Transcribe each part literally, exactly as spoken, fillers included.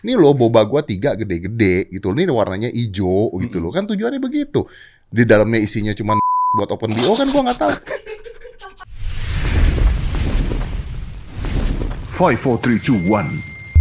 nih lo boba gua tiga gede-gede gitu, ini warnanya hijau gitu loh, kan tujuannya begitu. Di dalamnya isinya cuma buat open B O kan gua nggak tahu. five, four, three, two, one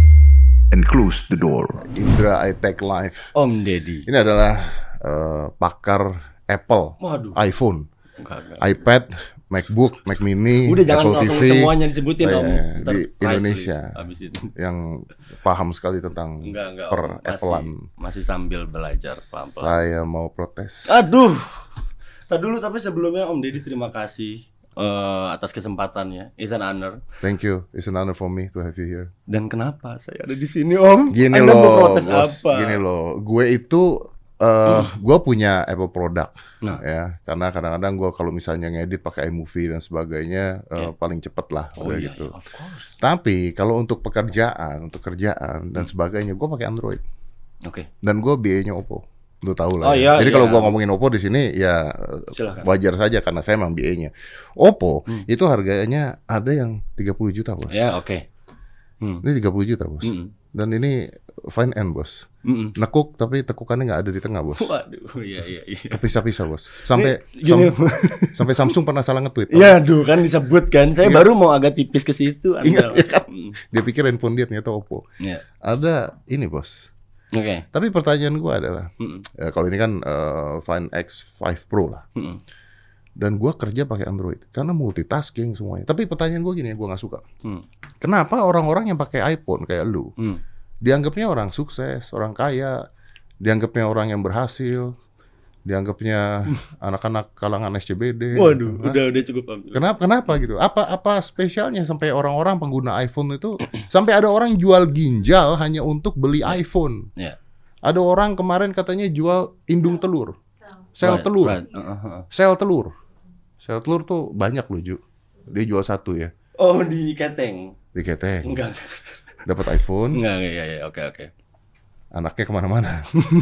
and close the door. Indra iTech Live. Om Deddy. Ini adalah uh, pakar Apple, Waduh. iPhone, Enggak, enggak. iPad, MacBook, Mac Mini, Udah jangan Apple langsung T V, semuanya disebutin oh, Om. iya, Ntar di price Indonesia list abis itu. yang paham sekali tentang Enggak, enggak. per Om. Masih, Applean. masih sambil belajar pelan-pelan. Saya mau protes. Aduh. Tadi dulu tapi sebelumnya Om Deddy terima kasih uh, atas kesempatannya. It's an honor. Thank you. It's an honor for me to have you here. Dan kenapa saya ada di sini Om? Gini Anda loh, mau protes bos. apa? Gini loh, gue itu uh, gue punya Apple product, Nah. ya. Karena kadang-kadang gue kalau misalnya ngedit pakai iMovie dan sebagainya, uh, Yeah. paling cepet lah, Oh udah iya, gitu. iya, of course. Tapi kalau untuk pekerjaan, untuk kerjaan dan sebagainya, gue pakai Android. Oke. Dan gue biayanya Oppo. Lu tahu lah. Oh, ya. iya, Jadi iya. kalau gue ngomongin Oppo di sini ya Silakan. wajar saja karena saya memang biayanya. Oppo Hmm. itu harganya ada yang tiga puluh juta, Bos. Ya, oke. Hmm. Ini tiga puluh juta, Bos. Mm-mm. Dan ini fine end, Bos. Mm-mm. Nekuk tapi tekukannya nggak ada di tengah, Bos. Waduh, iya iya iya. Kepisah-pisah, Bos. Sampai Ini gini. sam- sampai Samsung pernah salah nge-tweet. Iya, aduh kan disebut kan. Saya Ingat. baru mau agak tipis ke situ. Anda. Ingat, ya kan? Mm. Dia pikir handphone dia ternyata Oppo. Iya. Ada ini, Bos. Oke. Tapi pertanyaan gua adalah, Mm-mm. ya, kalau ini kan uh, Find X lima Pro lah. Mm-mm. Dan gua kerja pakai Android karena multitasking semuanya. Tapi pertanyaan gua gini, yang gua nggak suka. Mm. Kenapa orang-orang yang pakai iPhone kayak lu Mm. dianggapnya orang sukses, orang kaya, dianggapnya orang yang berhasil, dianggapnya anak-anak kalangan S C B D. Waduh, Hah? udah udah cukup Om. Kenapa kenapa gitu? Apa apa spesialnya sampai orang-orang pengguna iPhone itu sampai ada orang jual ginjal hanya untuk beli iPhone. Iya. Ada orang kemarin katanya jual indung telur. Sel Right, telur. right. Uh-huh. Sel telur. Sel telur tuh banyak loh, Ju. Dia jual satu ya. Oh, di Keteng. Di Keteng. Enggak. Dapat iPhone. Enggak, iya iya, oke oke. Anaknya kemana-mana.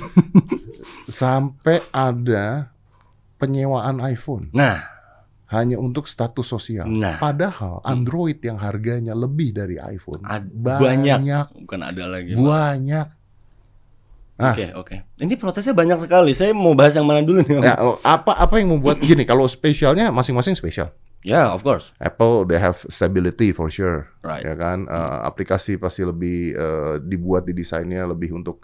Sampai ada penyewaan iPhone Nah, hanya untuk status sosial. Nah. Padahal Android yang harganya lebih dari iPhone ad- banyak, banyak. Bukan ada lagi. Pak. banyak. Ah. Oke, oke. Ini protesnya banyak sekali. Saya mau bahas yang mana dulu nih, Om? Ya, apa apa yang membuat gini? Kalau spesialnya masing-masing spesial. Yeah, of course. Apple they have stability for sure, Right. ya kan? Uh, aplikasi pasti lebih uh, dibuat di desainnya lebih untuk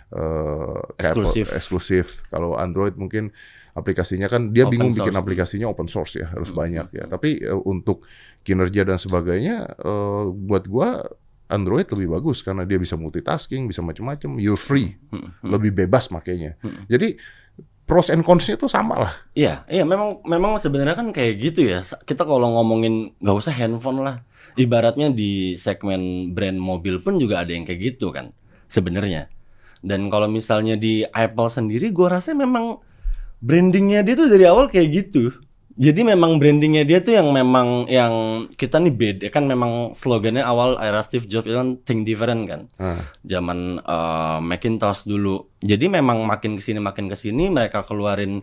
uh, kayak Apple, Eksklusif. eksklusif. Kalau Android mungkin aplikasinya kan dia Open bingung source. bikin aplikasinya open source ya, harus Hmm. banyak ya. Tapi uh, untuk kinerja dan sebagainya, uh, buat gua Android lebih bagus karena dia bisa multitasking, bisa macam-macam. You're free, Hmm, hmm. lebih bebas makanya. Hmm. Jadi pros and cons-nya tuh sama lah. Iya, iya memang memang sebenarnya kan kayak gitu ya. Sa- Kita kalau ngomongin nggak usah handphone lah. Ibaratnya di segmen brand mobil pun juga ada yang kayak gitu kan sebenarnya. Dan kalau misalnya di Apple sendiri gua rasa memang brandingnya dia tuh dari awal kayak gitu. Jadi memang brandingnya dia tuh yang memang yang kita nih beda kan, memang slogannya awal era Steve Jobs itu kan think different kan. Nah, Zaman eh, Macintosh dulu. Jadi memang makin kesini makin kesini mereka keluarin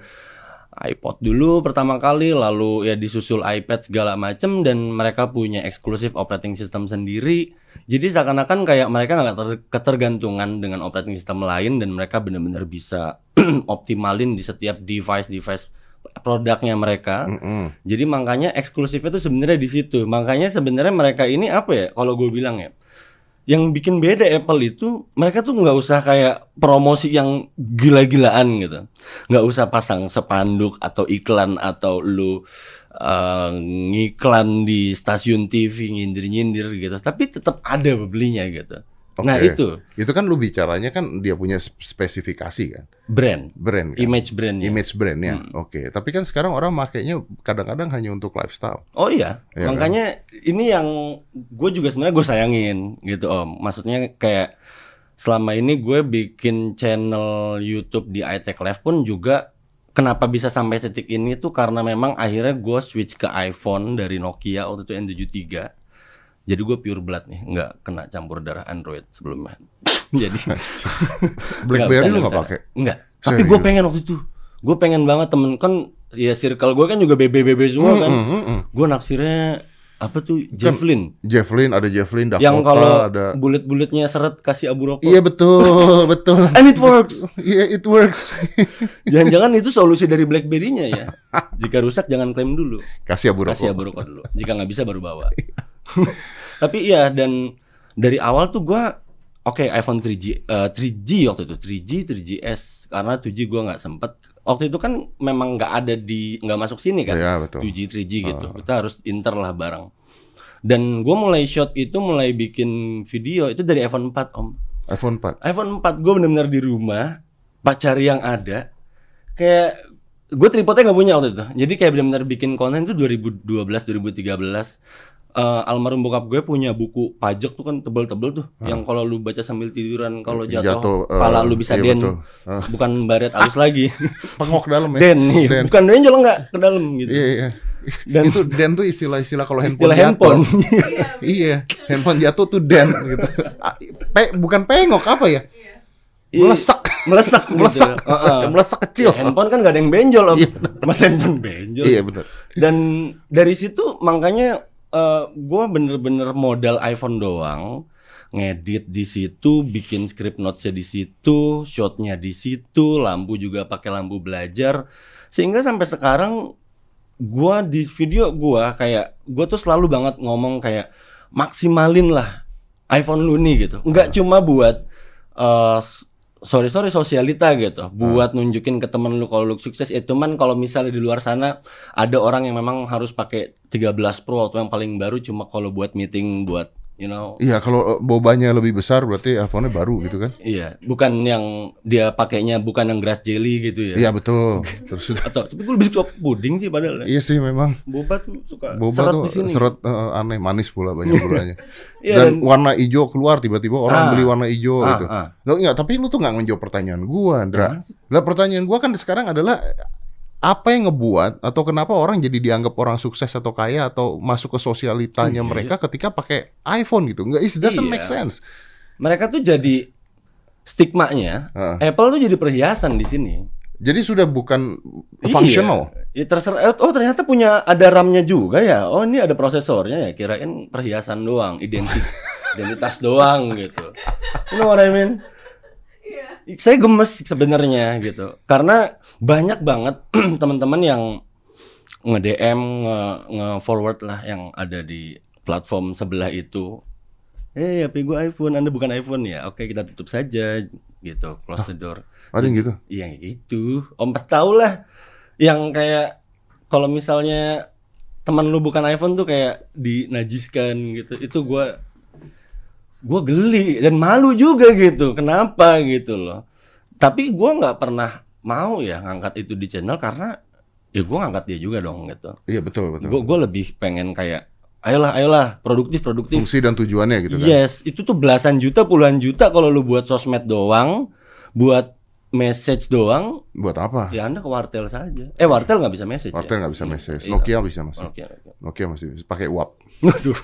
iPod dulu pertama kali, lalu ya disusul iPad segala macem, dan mereka punya eksklusif operating system sendiri. Jadi seakan-akan kayak mereka nggak ter- ketergantungan dengan operating system lain, dan mereka benar-benar bisa optimalin di setiap device-device produknya mereka. mm-mm. Jadi makanya eksklusifnya tuh sebenarnya di situ. Makanya sebenarnya mereka ini apa ya? Kalau gue bilang ya, yang bikin beda Apple itu mereka tuh nggak usah kayak promosi yang gila-gilaan gitu. Nggak usah pasang spanduk atau iklan atau lu uh, ngiklan di stasiun T V nyindir-nyindir gitu. Tapi tetap ada pembelinya gitu. Nah Oke. itu Itu kan lu bicaranya kan dia punya spesifikasi kan, brand, brand, kan? image brandnya. image brandnya. Hmm. Oke, tapi kan sekarang orang makainya kadang-kadang hanya untuk lifestyle. Oh iya, Iya makanya ini yang gue juga sebenarnya gue sayangin gitu Om. Maksudnya kayak selama ini gue bikin channel YouTube di iTech Live pun juga kenapa bisa sampai titik ini tuh karena memang akhirnya gue switch ke iPhone dari Nokia waktu itu N tujuh tiga. Jadi gue pure blood nih, nggak kena campur darah Android sebelumnya. Jadi BlackBerry lu nggak bercanda. pakai? Nggak. Tapi gue Serius? pengen waktu itu. Gue pengen banget temen kan ya circle gue kan juga B B B B semua kan. Mm, mm, mm, mm. Gue naksirnya Apa tuh Javelin? Javelin, ada Javelin, Dakota, Yang kalau ada bulet-buletnya seret kasih abu rokok. Iya betul, betul. And it works. Iya, it works. Jangan-jangan itu solusi dari BlackBerry-nya ya. Jika rusak jangan klaim dulu. Kasih abu rokok. Kasih abu rokok dulu. Jika nggak bisa baru bawa. Tapi iya, dan dari awal tuh gua oke okay, iPhone three G, uh, three G waktu itu, three G, three G S, karena two G gua nggak sempet. Waktu itu kan memang nggak ada di, nggak masuk sini kan, ya, betul. two G, three G gitu. Uh. Kita harus inter lah barang. Dan gua mulai shot itu, mulai bikin video itu dari iPhone four om. iPhone four. iPhone four gua benar-benar di rumah, cari yang ada. Kayak gue tripodnya nggak punya waktu itu. Jadi kayak benar-benar bikin konten itu dua ribu dua belas, dua ribu tiga belas. Uh, almarhum bokap gue punya buku pajak tuh kan tebel-tebel tuh, hmm. yang kalau lu baca sambil tiduran, kalau jatuh, jatuh uh, pala lu bisa iya, den, uh. bukan baret halus lagi, pengok dalam ya, den, nih. Den. Bukan den jolong nggak ke dalam gitu. Iya, iya. Dan itu den tuh istilah-istilah kalau istilah handphone, handphone. Iya, handphone jatuh tuh den gitu. Pe, bukan pengok apa ya? Melesak, melesak, melesak, gitu. uh-uh. melesak kecil. Ya, handphone kan gak ada yang benjol, om. Iya, Mas handphone benjol. Iya benar. Dan dari situ makanya uh, gue bener-bener modal iPhone doang, ngedit di situ, bikin script notesnya di situ, shotnya di situ, lampu juga pakai lampu belajar, sehingga sampai sekarang gue di video gue kayak gue tuh selalu banget ngomong kayak maksimalin lah iPhone lu nih gitu, nggak cuma buat uh, sorry sorry sosialita gitu, buat nunjukin ke temen lu kalau lu sukses. Ya cuman kalau misalnya di luar sana ada orang yang memang harus pakai tiga belas Pro atau yang paling baru cuma kalau buat meeting, buat you know. Iya, kalau bobanya lebih besar berarti iPhone-nya baru gitu kan? Iya, bukan yang dia pakainya bukan yang grass jelly gitu ya. Iya betul. Terus atau tapi gue lebih suka puding sih padahal. Iya sih memang. Boba tuh suka Boba seret tuh di sini. Seret uh, aneh, manis pula banyak gulanya. Iya, dan, dan warna hijau keluar tiba-tiba orang ah, beli warna hijau ah, gitu. Ah. Loh, enggak, tapi lu tuh nggak ngejawab pertanyaan gua, Andra. Lah pertanyaan gua kan sekarang adalah apa yang ngebuat atau kenapa orang jadi dianggap orang sukses atau kaya atau masuk ke sosialitanya oh, iya, mereka iya. ketika pakai iPhone gitu? Nggak, it doesn't iya. make sense. Mereka tuh jadi stigmanya, uh. Apple tuh jadi perhiasan di sini. Jadi sudah bukan functional. Iya. Ya terserah. Oh ternyata punya ada RAM-nya juga ya. Oh ini ada prosesornya ya. Kirain perhiasan doang, identitas, identitas doang gitu. You know what I mean? Saya gemes sebenarnya gitu, karena banyak banget teman-teman yang nge-D M, nge-forward lah yang ada di platform sebelah itu. Eh, hey, H P gue iPhone, Anda bukan iPhone ya? Oke, kita tutup saja gitu, close the door. Ada yang gitu? Iya gitu. Om pas tau lah, yang kayak kalau misalnya teman lu bukan iPhone tuh kayak dinajiskan gitu. Itu gue gue geli dan malu juga gitu. Kenapa gitu loh. Tapi gue gak pernah mau ya ngangkat itu di channel karena ya gue ngangkat dia juga dong gitu. Iya betul betul. Gue gue lebih pengen kayak ayolah ayolah produktif produktif. Fungsi dan tujuannya gitu kan. Yes, itu tuh belasan juta puluhan juta kalau lu buat sosmed doang, buat message doang. Buat apa? Ya Anda ke wartel saja. Eh wartel nggak bisa message. Wartel nggak ya? bisa message. Nokia bisa masih. Nokia, Nokia. Nokia masih bisa. Pakai U A P. Waduh.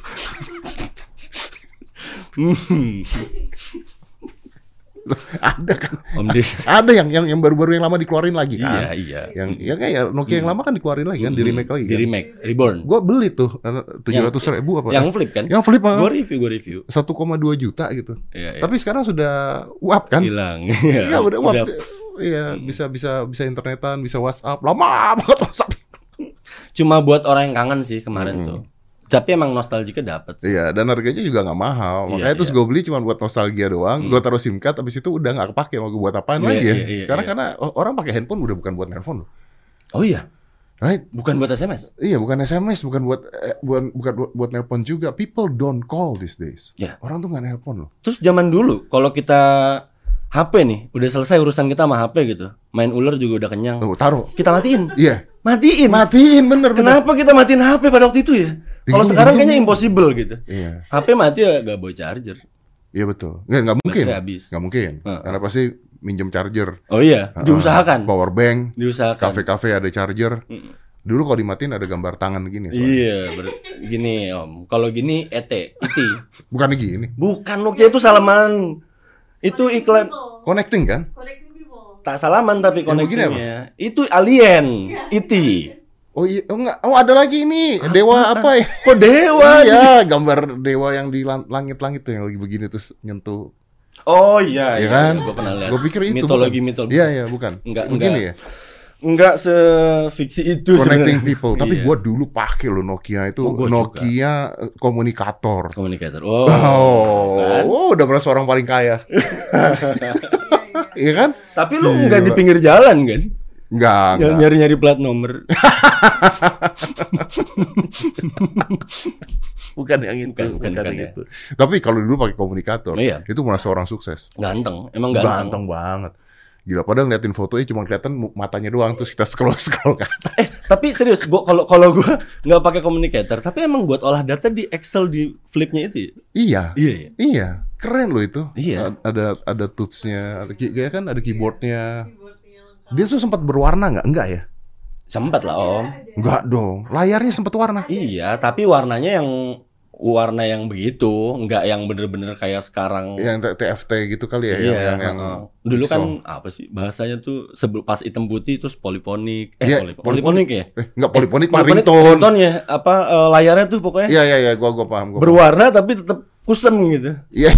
Ada kan? Om Des. Ada yang yang yang baru-baru yang lama dikeluarin lagi kan? Iya iya. Yang ya kayak Nokia yang lama kan dikeluarin lagi kan, hmm. di remake lagi. Di kan? remake, reborn. Gua beli tuh tujuh ratus ribu apa? Yang flip kan? Yang flip mah. Gua review, gua review. satu koma dua juta gitu. Iya, iya. Tapi sekarang sudah U A P kan? Hilang. Iya udah U A P. Iya bisa bisa bisa internetan, bisa WhatsApp. Lama banget WhatsApp. Cuma buat orang yang kangen sih kemarin hmm. tuh. Tapi emang nostalgia dapet sih. Iya, dan harganya juga nggak mahal. Makanya iya, terus iya. gue beli cuma buat nostalgia doang. Hmm. Gue taruh SIM card, habis itu udah nggak kepake. Mau gue buat apaan iya, lagi ya? Iya, iya, karena iya. karena orang pakai handphone udah bukan buat nelpon loh. Oh iya, right? Bukan buat S M S? Iya, bukan S M S, bukan buat eh, bukan bukan buat, buat nelpon juga. People don't call these days. Yeah. Orang tuh nggak nelpon loh. Terus zaman dulu, kalau kita H P nih, udah selesai urusan kita sama H P gitu, main ular juga udah kenyang. Oh, taruh. Kita matiin. Iya. Matiin. Matiin bener. Kenapa bener. Kita matiin H P pada waktu itu ya? Kalau sekarang kayaknya impossible gitu. Iya. H P mati ya gak bawa charger. Iya betul. Nggak, nggak mungkin. Nggak mungkin. Uh. Karena pasti minjem charger. Oh iya. Uh, diusahakan. Power bank. Diusahakan. Kafe-kafe ada charger. Mm. Dulu kalau dimatiin ada gambar tangan gini. Soalnya. Iya. Ber- gini om. Kalau gini E T. E T. Bukan gini. Bukan Nokia itu salaman. Itu iklan. Connecting kan? Tak salaman tapi connectingnya. Itu alien. E T. Oh iya, oh enggak. Oh ada lagi ini, dewa apa ya? Kok dewa? Iya, gambar dewa yang di lang- langit-langit tuh yang lagi begini terus nyentuh. Oh iya, Iya iya, kan? iya, gue pernah lihat. Gue pikir itu mitologi bukan. mitologi. Iya iya bukan. Enggak, begini enggak. ya. Enggak se-fiksi itu Connecting sebenarnya. people. Tapi Iya. gua dulu pakai loh Nokia itu Oh, gua Nokia eh, komunikator. Komunikator. Oh. Oh, kan? oh, udah merasa orang paling kaya. Iya kan? Tapi lu Gila. enggak di pinggir jalan kan? Enggak, Yang enggak. nyari-nyari plat nomor. Bukan yang itu, Bukan, bukan, bukan, bukan yang ya. itu. Tapi kalau dulu pakai komunikator, Iya. itu merasa orang sukses. Ganteng, emang ganteng. Ganteng banget. Gila, padahal ngeliatin fotonya cuma kelihatan mu- matanya doang terus kita scroll-scroll kan. Eh, tapi serius, gua kalau kalau gua nggak pakai komunikator, tapi emang buat olah data di Excel di flipnya itu. Iya. Iya, iya. Iya, keren loh itu. Iya. A- Ada ada touch-nya, ada key- kayak kan ada keyboardnya. Dia tuh sempat berwarna nggak? Enggak ya? Sempat lah Om. Enggak dong. Layarnya sempat warna. Iya, tapi warnanya yang warna yang begitu, nggak yang bener-bener kayak sekarang. Yang T F T gitu kali ya, Iya, yang, yang heeh. Dulu kan pixel. apa sih bahasanya tuh sebelum pas hitam putih terus polifonik. Eh, Iya, polip- polifonik. polifonik ya? Eh, enggak polifonik mah Polifonik ringtone. ringtone ya, apa eh, layarnya tuh pokoknya Iya iya iya, gua gua paham gua. paham. berwarna tapi tetap kusem gitu. Iya.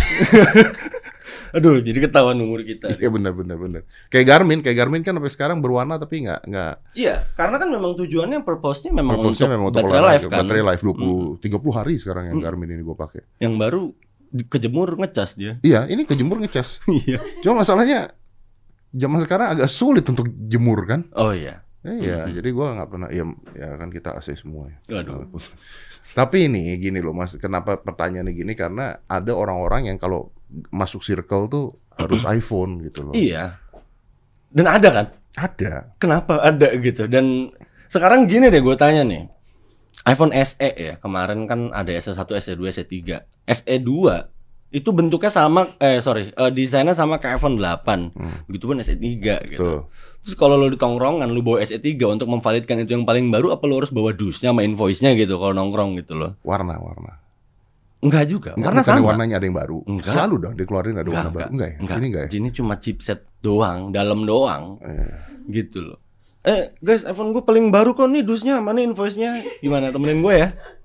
Aduh, jadi ketahuan umur kita. Iya benar benar benar. Kayak Garmin, kayak Garmin kan sampai sekarang berwarna tapi nggak nggak Iya, karena kan memang tujuannya purpose-nya memang purpose-nya untuk memang untuk baterai olahraga, life kan. baterai life dua puluh tiga puluh hari sekarang yang Garmin ini gua pakai. Yang baru di- kejemur ngecas dia. Iya, ini kejemur ngecas. Iya. Cuma masalahnya zaman sekarang agak sulit untuk jemur kan? Oh iya. Eh, iya, jadi gua nggak pernah ya, ya kan kita A C semua ya. Waduh. Tapi ini gini loh Mas, kenapa pertanyaannya gini karena ada orang-orang yang kalau masuk circle tuh harus iPhone gitu loh. Iya. Dan ada kan? Ada. Kenapa ada gitu? Dan sekarang gini deh gue tanya nih. iPhone S E ya, kemarin kan ada S E satu, S E dua, S E tiga. S E dua itu bentuknya sama eh sorry, eh, desainnya sama kayak iPhone delapan. Hmm. Begitupun S E tiga gitu. Tuh. Terus kalau lo di tongkrongan lu bawa S E tiga untuk memvalidkan itu yang paling baru, apa lo harus bawa dusnya sama invoice-nya gitu kalau nongkrong gitu loh. Warna-warna. Enggak juga. Enggak, Warna bukannya sama. warnanya ada yang baru. Enggak. Selalu dong dikeluarin ada warna Enggak, baru. Enggak ya? enggak. Ini enggak ya? Ini cuma chipset doang, dalam doang. Eh. Gitu loh. Eh guys, iPhone gue paling baru kok nih dusnya, mana invoice-nya? Gimana temenin gue ya?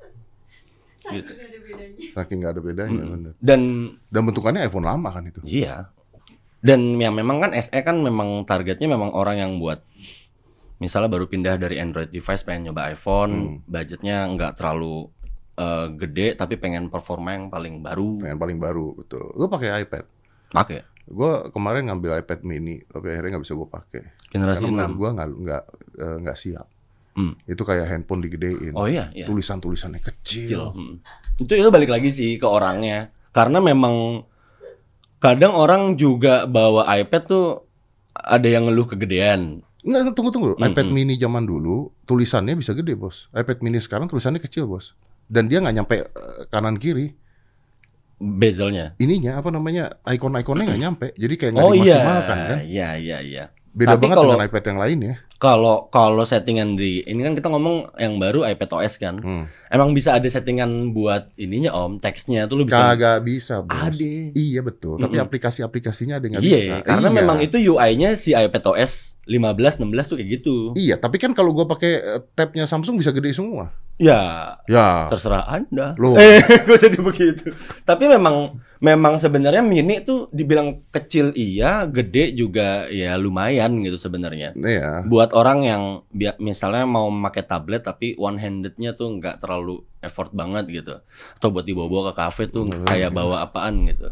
Gitu. Saking nggak ada bedanya Mm. bener. Dan Dan bentukannya iPhone lama kan itu. iya. Dan ya memang kan S E kan memang targetnya memang orang yang buat misalnya baru pindah dari Android device pengen nyoba iPhone, Hmm. budgetnya nggak terlalu eh, gede tapi pengen performa yang paling baru. Yang paling baru betul. Lu pakai iPad. Pakai Gue kemarin ngambil iPad mini, tapi akhirnya nggak bisa gue pakai. generasi Karena menurut enam. gue nggak nggak eh, nggak siap. Hmm. Itu kayak handphone digedein. Oh iya, iya. Tulisan-tulisannya kecil. Kecil. Hmm. Itu itu balik lagi sih ke orangnya. Karena memang kadang orang juga bawa iPad tuh ada yang ngeluh kegedean. Nggak, tunggu tunggu. Mm-mm. iPad mini zaman dulu tulisannya bisa gede bos. iPad mini sekarang tulisannya kecil bos. Dan dia nggak nyampe eh, kanan kiri. Bezelnya. Ininya apa namanya ikon-ikonnya nggak nyampe. Jadi kayak nggak Oh iya. dimaksimalkan kan. Iya, iya, iya. Beda Tapi banget kalau- dengan iPad yang lain ya. Kalau kalau settingan di ini kan kita ngomong yang baru iPadOS kan. Hmm. Emang bisa ada settingan buat ininya Om, teksnya tuh lu bisa. Kagak bisa bos. Ada. Iya betul. Tapi Mm-mm. aplikasi-aplikasinya ada yang nggak Iya, bisa. karena Iya. memang itu U I-nya si iPadOS lima belas, enam belas tuh kayak gitu. Iya, tapi kan kalau gua pakai eh, tabnya Samsung bisa gede semua. Ya, Ya. terserah Anda. Loh. Eh, gue jadi begitu. Tapi memang memang sebenarnya mini tuh dibilang kecil iya, gede juga ya lumayan gitu sebenarnya. Iya. Buat orang yang bi- misalnya mau pakai tablet tapi one handednya tuh nggak terlalu effort banget gitu. Atau buat dibawa-bawa ke kafe tuh Hmm. kayak bawa apaan gitu.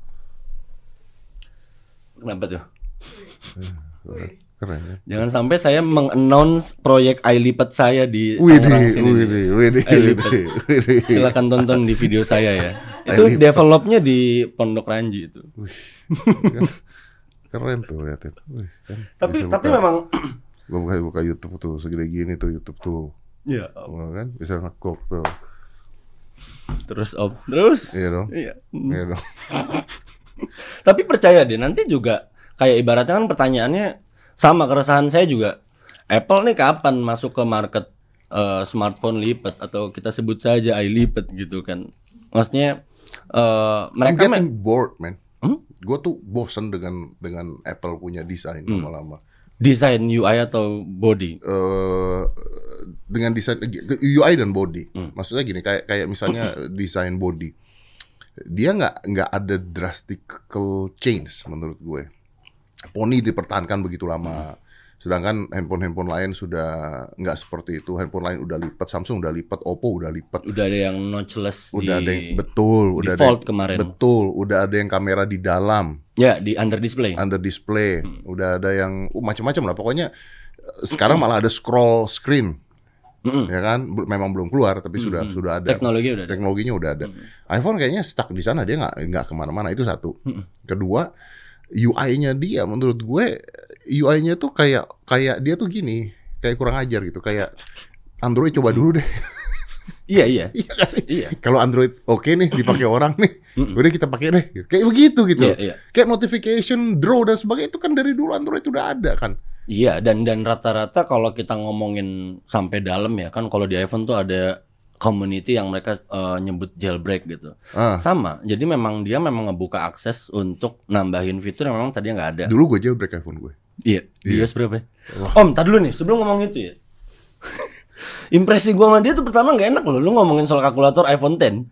Kenapa tuh? Keren ya. Jangan sampai saya meng-announce proyek iLipat saya di Widih, Tangerang sini. widih, widih, Ayo, lipat. widih, widih. Silakan tonton di video saya ya. Itu iLipat. developnya di Pondok Ranji itu. Keren tuh liatin. Wih, kan Tapi bisa tapi buka- memang gua buka buka YouTube tuh segede gini tuh YouTube tuh. ya Wah, kan bisa ngekok tuh. terus om terus. Iya dong. Iya. Iya dong. Tapi percaya deh nanti juga kayak ibaratnya kan pertanyaannya sama keresahan saya juga. Apple nih kapan masuk ke market eh, smartphone lipat atau kita sebut saja iLipat gitu kan. Maksudnya eh, I'm mereka getting me- bored, man. Hmm? Gue tuh bosen dengan dengan Apple punya desain Hmm. lama-lama. desain U I atau body. Eh, dengan desain U I dan body. Hmm. Maksudnya gini, kayak kayak misalnya desain body. Dia nggak nggak ada drastical change menurut gue. Pony dipertahankan begitu lama. Sedangkan handphone-handphone lain sudah nggak seperti itu. Handphone lain udah lipat, Samsung udah lipat, Oppo udah lipat. Udah ada yang notchless Udah di ada yang betul, udah ada default yang, kemarin. betul, udah ada yang kamera di dalam, Ya, di under display. under display, udah ada yang uh, macam-macam lah. Pokoknya sekarang malah ada scroll screen, Mm-mm. ya kan? Bel- Memang belum keluar, tapi sudah Mm-mm. sudah ada. Teknologi udah ada. Teknologinya udah ada. iPhone kayaknya stuck di sana, dia nggak nggak kemana-mana. Itu satu. Kedua, U I-nya dia menurut gue U I-nya tuh kayak kayak dia tuh gini, kayak kurang ajar gitu. Kayak Android coba dulu deh. Iya, iya. Iya nggak sih? Iya. Kalau Android oke nih dipakai orang nih, Mm-mm. udah kita pakai deh. Kayak begitu gitu. Iya, iya. Kayak notification, draw dan sebagainya itu kan dari dulu Android udah ada kan. Iya, dan dan rata-rata kalau kita ngomongin sampai dalam ya kan, kalau di iPhone tuh ada community yang mereka eh, nyebut jailbreak gitu. Ah, Sama, jadi memang dia memang ngebuka akses untuk nambahin fitur yang memang tadinya nggak ada. dulu gue jailbreak iPhone gue. Iya, di Iya. iOS berapa ya? Om, tar dulu nih, sebelum ngomong itu ya. Impresi gua sama dia tuh pertama nggak enak loh. Lu ngomongin soal kalkulator iPhone X.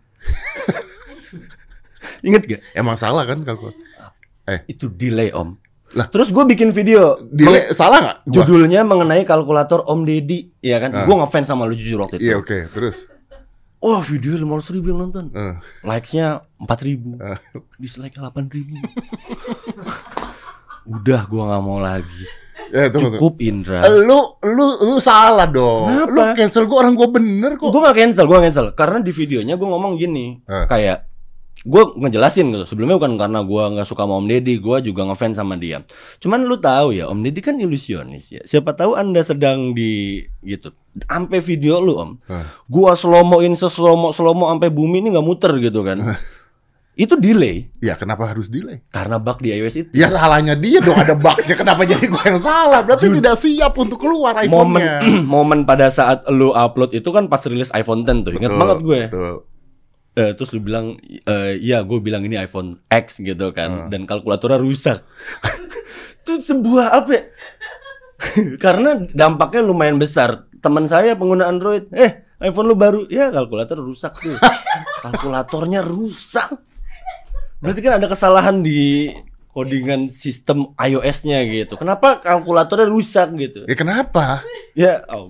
Ingat gak? Emang salah kan kalau Itu delay om. Lah. Terus gue bikin video delay salah nggak? Gua- judulnya mengenai kalkulator Om Deddy, ya kan? Ah. Gue ngefans sama lu jujur waktu itu. Iya oke, terus. Wah, video lima ratus ribu yang nonton. Eh, Likes-nya empat ribu. eh. Dislike-nya delapan ribu. Udah, gue nggak mau lagi. Ya, tunggu, tunggu. Cukup Indra. Lu lu lu salah dong. Kenapa? Lu cancel gue, orang gue bener kok. Gue gak cancel, gue cancel. Karena di videonya gue ngomong gini, Eh. kayak gue ngejelasin gitu. Sebelumnya bukan karena gue nggak suka sama Om Deddy, gue juga ngefans sama dia. Cuman lu tahu ya, Om Deddy kan ilusionis ya. Siapa tahu anda sedang di gitu. Sampai video lu Om, Eh. gue slow-moin seslomo slow-mo sampai bumi ini nggak muter gitu kan. Itu delay Ya kenapa harus delay? karena bug di iOS itu. Ya salahnya dia dong, ada bugs-nya. Kenapa jadi gue yang salah? Berarti tidak siap untuk keluar Momen iPhone-nya. momen pada saat lu upload itu kan pas rilis iPhone X tuh. Ingat Betul, banget gue. betul. Eh, terus lu bilang, eh, iya gue bilang ini iPhone X gitu kan, dan kalkulatornya rusak. Itu sebuah apa ya? Karena dampaknya lumayan besar. Teman saya pengguna Android, eh iPhone lu baru, ya kalkulator rusak tuh. Kalkulatornya rusak. Berarti kan ada kesalahan di codingan sistem iOS-nya gitu. Kenapa kalkulatornya rusak gitu? Ya kenapa? Ya, oh.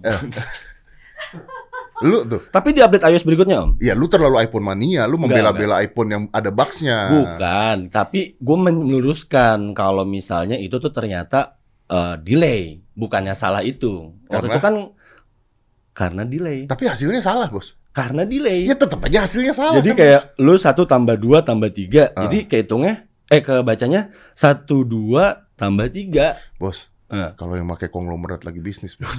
Lu tuh. Tapi di update iOS berikutnya Om. Ya lu terlalu iPhone mania, lu Enggak, membela-bela iPhone yang ada bugs-nya. Bukan, tapi gue meluruskan kalau misalnya itu tuh ternyata eh, delay, bukannya salah itu. Waktu Karena? itu kan karena delay, Tapi hasilnya salah, Bos. karena delay. Ya tetap aja hasilnya salah. Jadi kan? kayak lu satu tambah dua tambah tiga, Ah. jadi kehitungnya eh kebacanya satu dua tambah tiga. Bos, Ah. kalau yang pakai konglomerat lagi bisnis, Bos.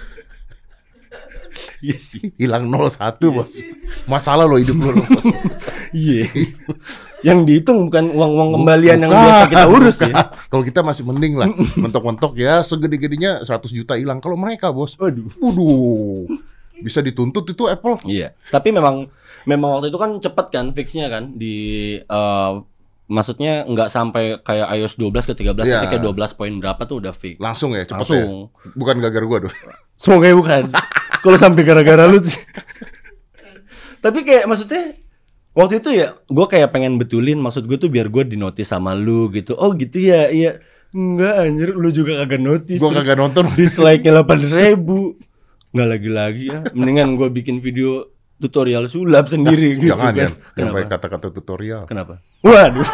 Iya sih. Hilang nol satu, Bos. Masalah lo hidup lo, Bos. Iya. Yang dihitung bukan uang-uang kembalian yang Bukan, biasa kita urus bukan. ya. Kalau kita masih mending lah. Mentok-mentok ya segede-gedenya seratus juta hilang. Kalau mereka, Bos, Waduh. waduh. Bisa dituntut itu Apple. Iya, tapi memang memang waktu itu kan cepet kan fixnya kan di eh, maksudnya nggak sampai kayak iOS dua belas ke tiga belas, Iya. ketika dua belas poin berapa tuh udah fix. Langsung ya, cepet Langsung. ya. Bukan gara-gara gua tuh. Semoga ya bukan. Kalau sampai gara-gara lu sih. Tapi kayak maksudnya waktu itu ya gue kayak pengen betulin, maksud gue tuh biar gue dinotis sama lu gitu. Oh gitu ya, iya. Enggak anjir, lu juga kagak notis. Gua Terus kagak nonton. dislike-nya delapan ribu. Nggak lagi-lagi ya. Mendingan gue bikin video tutorial sulap sendiri gitu Jangan ya, kan. yang Kenapa? pakai kata-kata tutorial. Kenapa? Waduh.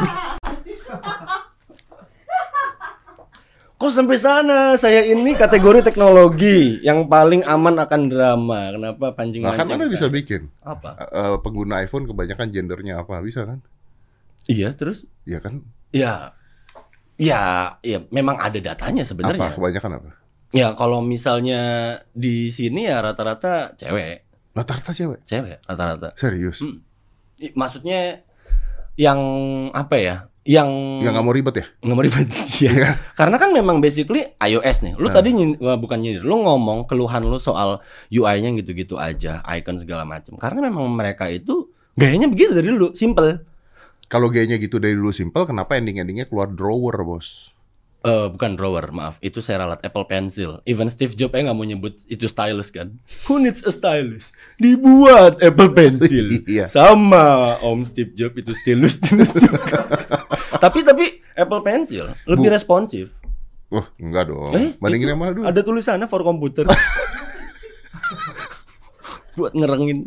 Kok sampai sana? Saya ini kategori teknologi yang paling aman akan drama. Kenapa pancing Nah, kan mancing? Anda bisa bikin. Apa? Eh, pengguna iPhone kebanyakan gendernya apa? Bisa kan? Iya, terus? Iya kan? Ya, ya, ya. Memang ada datanya Apa? sebenarnya. Kebanyakan apa? Ya, kalau misalnya di sini ya rata-rata cewek, Rata-rata cewek. cewek rata-rata. Serius? Hmm. I- Maksudnya yang apa ya? Yang Yang nggak mau ribet ya? nggak mau ribet. Iya. Karena kan memang basically iOS nih. Lu Nah. tadi nyin, wah, bukan nyindir, lu ngomong keluhan lu soal U I-nya gitu-gitu aja, icon segala macam. Karena memang mereka itu gayanya begitu dari dulu, simple. Kalau gayanya gitu dari dulu simple, kenapa ending-endingnya keluar drawer, Bos? Eh bukan drawer, maaf. Itu saya ralat Apple Pencil. Even Steve Jobs aja nggak mau nyebut itu stylus kan. Who needs a stylus? Dibuat Apple Pencil. Iya. Sama Om Steve Jobs itu stylus stylus juga. tapi tapi Apple Pencil lebih Bu- responsif. Wah, enggak dong. Eh, Bandingin itu yang mana dulu? Ada tulisannya for computer. Buat ngerengin.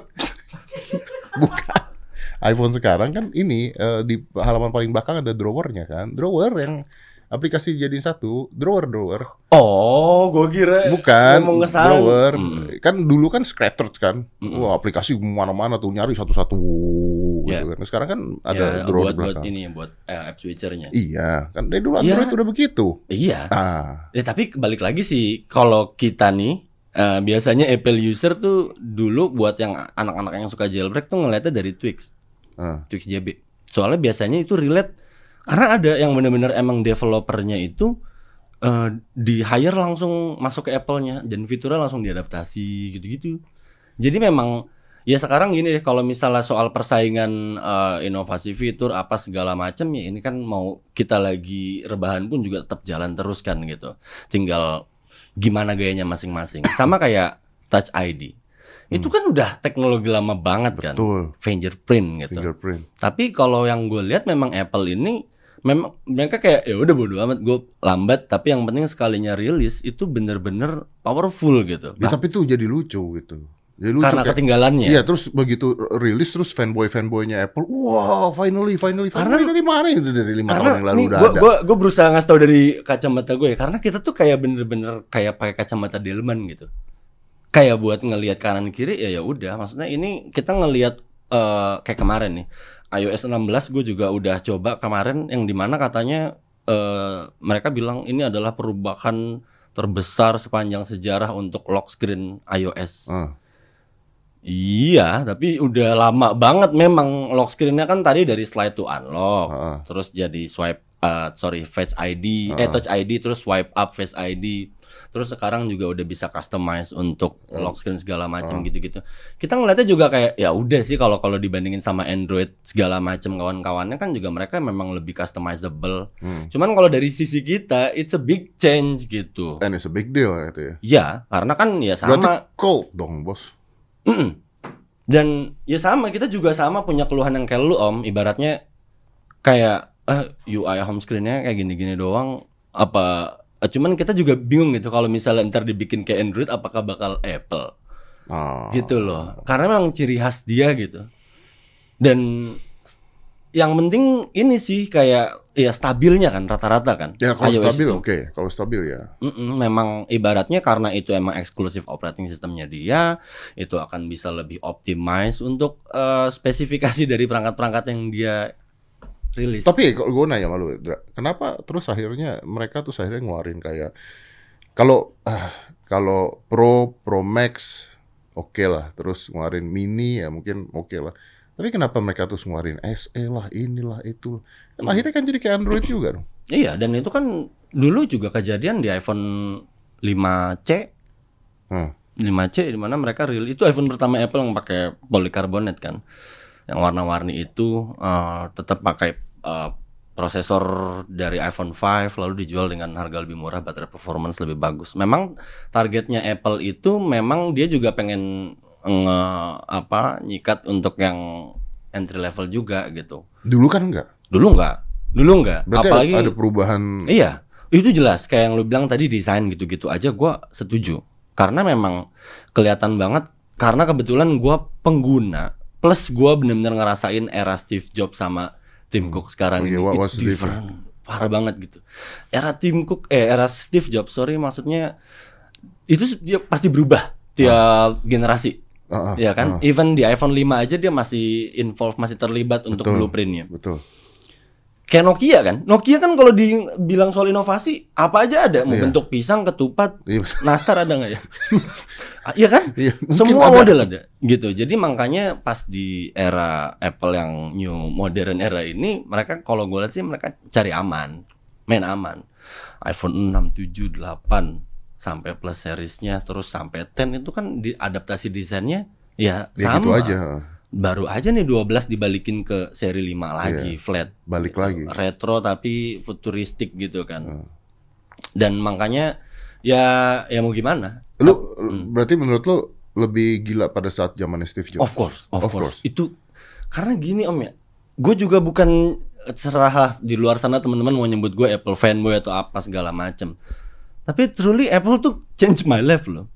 Bukan. iPhone sekarang kan ini eh, di halaman paling belakang ada drawernya kan. Drawer yang aplikasi jadiin satu, drawer drawer. Oh, gue kira Bukan ngomong kesana. drawer. Hmm. Kan dulu kan scrattered kan. Mm-mm. Wah, aplikasi mana-mana tuh nyari satu-satu Ya. gitu kan. Sekarang kan ada Ya, drawer buat di buat belakang. ini buat eh, app switchernya. Iya, kan dari dulu Iya. Android udah begitu. Iya. Ah, Ya tapi balik lagi sih, kalau kita nih eh, biasanya Apple user tuh dulu buat yang anak-anak yang suka jailbreak tuh ngeliatnya dari Twix, ah. Twix J B. Soalnya biasanya itu relate karena ada yang benar-benar emang developernya itu eh, di hire langsung masuk ke Apple-nya dan fiturnya langsung diadaptasi gitu-gitu. Jadi memang ya sekarang gini deh, kalau misalnya soal persaingan eh, inovasi fitur apa segala macam ya ini kan mau kita lagi rebahan pun juga tetap jalan terus kan gitu. Tinggal gimana gayanya masing-masing. Sama kayak Touch I D. Itu kan udah teknologi lama banget kan. Betul. Fingerprint gitu. Fingerprint. Tapi kalau yang gue lihat memang Apple ini memang mereka kayak ya udah bodo amat gue lambat tapi yang penting sekalinya rilis itu bener-bener powerful gitu. Ya, tapi tuh jadi lucu gitu. Jadi lucu Karena kayak- ketinggalannya. Iya, terus begitu rilis terus fanboy-fanboynya Apple, wah finally, finally, Karena- finally dari mana itu dari lima Karena tahun yang lalu nih, udah gua, ada. gua, gua berusaha ngasih tau dari kacamata gue ya. Karena kita tuh kayak bener-bener kayak pakai kacamata delman gitu. Kayak buat ngelihat kanan kiri ya ya udah. Maksudnya ini kita ngelihat eh, kayak kemarin nih iOS enam belas gue juga udah coba kemarin yang dimana katanya eh, mereka bilang ini adalah perubahan terbesar sepanjang sejarah untuk lock screen iOS. Ah, Iya, tapi udah lama banget memang lock screen-nya kan tadi dari slide to unlock, ah, terus jadi swipe, uh, sorry Face I D, eh Ah. Touch I D, terus swipe up Face I D, terus sekarang juga udah bisa customize untuk lock screen segala macam gitu-gitu. Kita ngeliatnya juga kayak ya udah sih kalau kalau dibandingin sama Android segala macam kawan-kawannya kan juga mereka memang lebih customizable. hmm. Cuman kalau dari sisi kita, it's a big change gitu. And it's a big deal gitu ya. Ya, karena kan ya Berarti sama. cold dong, bos. Mm-mm. Dan ya sama kita juga sama punya keluhan yang kayak lu Om, ibaratnya kayak eh, U I home screen-nya kayak gini-gini doang apa eh, cuman kita juga bingung gitu kalau misalnya ntar dibikin kayak Android apakah bakal Apple Ah. gitu loh. Karena memang ciri khas dia gitu. Dan yang penting ini sih kayak ya stabilnya kan rata-rata kan. Ya kalau iOS stabil itu. oke, kalau stabil ya. Mm-mm, memang ibaratnya karena itu emang eksklusif operating sistemnya dia, itu akan bisa lebih optimize untuk eh, spesifikasi dari perangkat-perangkat yang dia rilis. Tapi kalau gue nanya sama lu, Dra, kenapa terus akhirnya mereka tuh akhirnya ngeluarin kayak kalau ah, kalau Pro, Pro Max oke lah, terus ngeluarin Mini ya mungkin oke lah. Tapi kenapa mereka tuh ngeluarin S E lah, inilah itu. Kan akhirnya kan jadi kayak Android juga dong. Iya, dan itu kan dulu juga kejadian di iPhone lima C, Hmm. lima C di mana mereka rilis itu iPhone pertama Apple yang pakai polycarbonate kan. Yang warna-warni itu eh, tetap pakai eh, prosesor dari iPhone lima lalu dijual dengan harga lebih murah, baterai performance lebih bagus. Memang targetnya Apple itu memang dia juga pengen nge apa nyikat untuk yang entry level juga gitu. Dulu kan enggak. Dulu enggak. Dulu enggak. Berarti Apalagi ada, ada perubahan. iya, itu jelas kayak yang lu bilang tadi desain gitu-gitu aja gua setuju. Karena memang kelihatan banget karena kebetulan gua pengguna plus gua benar-benar ngerasain era Steve Jobs sama Tim Cook sekarang Okay, ini what- itu what's the different. Parah banget gitu. Era Tim Cook eh era Steve Jobs, sorry maksudnya itu dia pasti berubah tiap generasi. Ah, ah, Ya kan? ah, Even di iPhone lima aja dia masih involve, masih terlibat untuk Betul. blueprintnya. betul. Kayak Nokia kan? Nokia kan kalau dibilang soal inovasi apa aja ada, mau Iya. bentuk pisang, ketupat, Iya, nastar ada nggak ya? Ah, Iya kan? iya, mungkin Semua ada. model ada gitu. Jadi makanya pas di era Apple yang new modern era ini, mereka kalau gue lihat sih mereka cari aman, main aman. iPhone enam, tujuh, delapan sampai plus seriesnya terus sampai sepuluh itu kan diadaptasi desainnya ya Ya sama. gitu aja. Baru aja nih dua belas dibalikin ke seri lima lagi, Iya. flat. Balik gitu. lagi. Retro tapi futuristik gitu kan. Hmm. Dan makanya ya ya mau gimana? Lu Hmm. berarti menurut lu lebih gila pada saat zamannya Steve Jobs? Of course, of, Of course. course. Itu karena gini Om ya. Gue juga bukan serah di luar sana teman-teman mau nyebut gue Apple fanboy atau apa segala macem. Tapi truly Apple tuh change my life loh.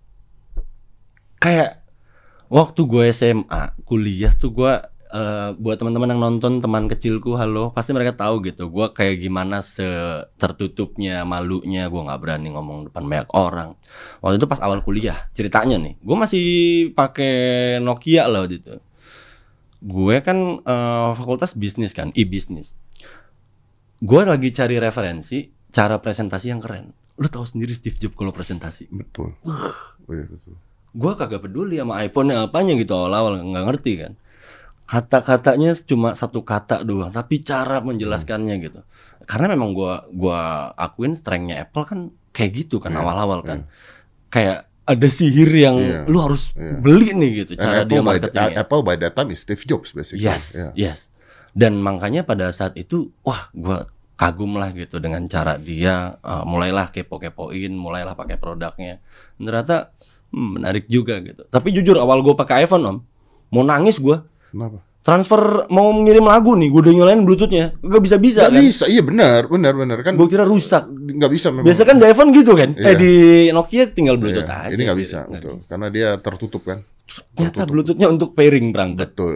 Kayak waktu gue S M A, kuliah tuh gue uh, buat teman-teman yang nonton, teman kecilku, halo, pasti mereka tahu gitu. Gue kayak gimana setertutupnya, malunya, gue nggak berani ngomong depan banyak orang. Waktu itu pas awal kuliah, ceritanya nih, gue masih pakai Nokia loh gitu. Gue kan uh, fakultas bisnis kan, e-bisnis. Gue lagi cari referensi cara presentasi yang keren. Lu tahu sendiri Steve Jobs kalau presentasi. Betul. Oh, iya, betul. Gue kagak peduli sama iPhone-nya apanya gitu awal-awal nggak ngerti kan. Kata-katanya cuma satu kata doang, tapi cara menjelaskannya gitu. Karena memang gue gua akuin strength-nya Apple kan kayak gitu kan Iya, awal-awal kan. iya. Kayak ada sihir yang Iya, lu harus iya. beli nih gitu And cara Apple, dia by, marketingnya. Apple by that time is Steve Jobs basically. Yes, Yeah. yes. Dan makanya pada saat itu, wah, gue kagum lah gitu dengan cara dia. Uh, mulailah kepo-kepoin, mulailah pakai produknya. Dan ternyata hmm, menarik juga gitu. Tapi jujur awal gue pakai iPhone Om, mau nangis gue. Kenapa? Transfer mau ngirim lagu nih, gue udah nyalain Bluetoothnya, gak bisa bisa Nggak kan? bisa, iya benar, benar, benar kan. Gue kira rusak. Nggak bisa memang. Biasa kan di iPhone gitu kan? Iya. Eh di Nokia tinggal Bluetooth Iya, aja. ini nggak gitu. bisa, Nggak betul. bisa. Karena dia tertutup kan. Ternyata Bluetoothnya untuk pairing berangkat. Betul.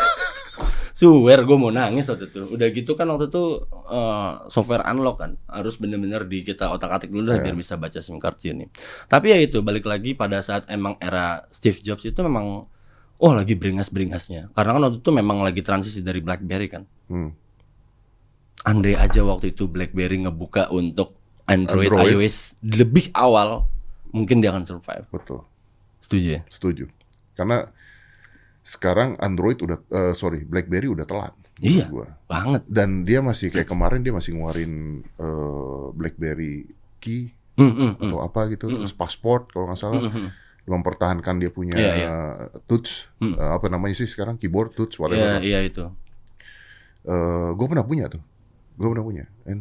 Swear gue mau nangis waktu itu. Udah gitu kan waktu itu uh, software unlock kan. Harus bener-bener di kita otak-atik dulu lah Yeah. biar bisa baca SIM card sini. Tapi ya itu balik lagi pada saat emang era Steve Jobs itu memang oh lagi beringas-beringasnya. Karena kan waktu itu memang lagi transisi dari BlackBerry kan. Hmm. Andai aja waktu itu BlackBerry ngebuka untuk Android, Android. iOS lebih awal, mungkin dia akan survive. Betul. Setuju ya? Setuju. Karena sekarang Android udah, eh, sorry, BlackBerry udah telat. Iya. menurut gua. Banget. Dan dia masih kayak kemarin dia masih ngeluarin eh, BlackBerry Key Hmm, hmm, hmm. atau apa gitu, terus Passport kalau nggak salah. Hmm, hmm. Mempertahankan dia punya Iya, iya. touch, Hmm. eh, apa namanya sih sekarang, keyboard, touch, Iya, whatever. iya itu. Eh, gue pernah punya tuh, gue pernah punya. And,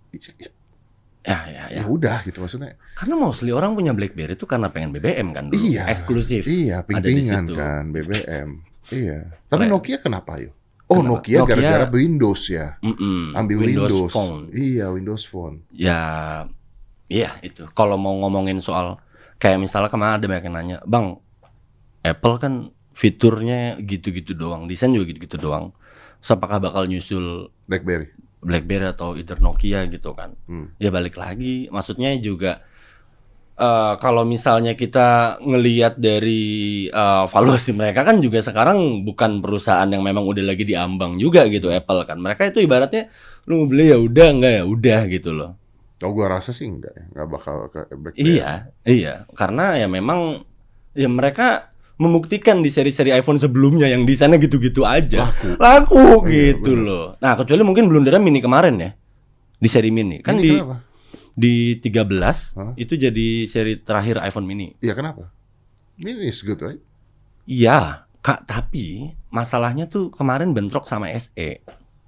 Ya, ya, ya. ya udah gitu maksudnya. Karena mostly orang punya BlackBerry itu karena pengen B B M kan dulu. Iya, Eksklusif. Iya, Ada di ping-pingan situ. kan, B B M. Iya. Tapi Keren. Nokia kenapa yuk? Oh, Kenapa? Nokia Nokia- gara-gara Windows ya. Mm-mm. Ambil Windows Windows. Phone. Iya, Windows Phone. Ya, iya itu. Kalau mau ngomongin soal kayak misalnya kemarin ada banyak yang nanya, Bang, Apple kan fiturnya gitu-gitu doang, desain juga gitu-gitu doang. So, apakah bakal nyusul BlackBerry. BlackBerry atau either Nokia gitu kan? Hmm. Ya balik lagi, maksudnya juga eh, kalau misalnya kita ngelihat dari eh, valuasi mereka kan juga sekarang bukan perusahaan yang memang udah lagi diambang juga gitu Apple kan. Mereka itu ibaratnya lu mau beli ya udah enggak ya udah gitu loh. Oh, gua rasa sih enggak ya, enggak bakal ke BlackBerry. Iya, iya, karena ya memang ya mereka membuktikan di seri-seri iPhone sebelumnya yang desainnya gitu-gitu aja Laku. laku Iya, gitu bener. loh. Nah, kecuali mungkin belum ada mini kemarin ya. Di seri mini. Kan Ini di kenapa? di tiga belas Hah? itu jadi seri terakhir iPhone mini. Iya, kenapa? Ini is good, right? Iya, Kak, tapi masalahnya tuh kemarin bentrok sama S E.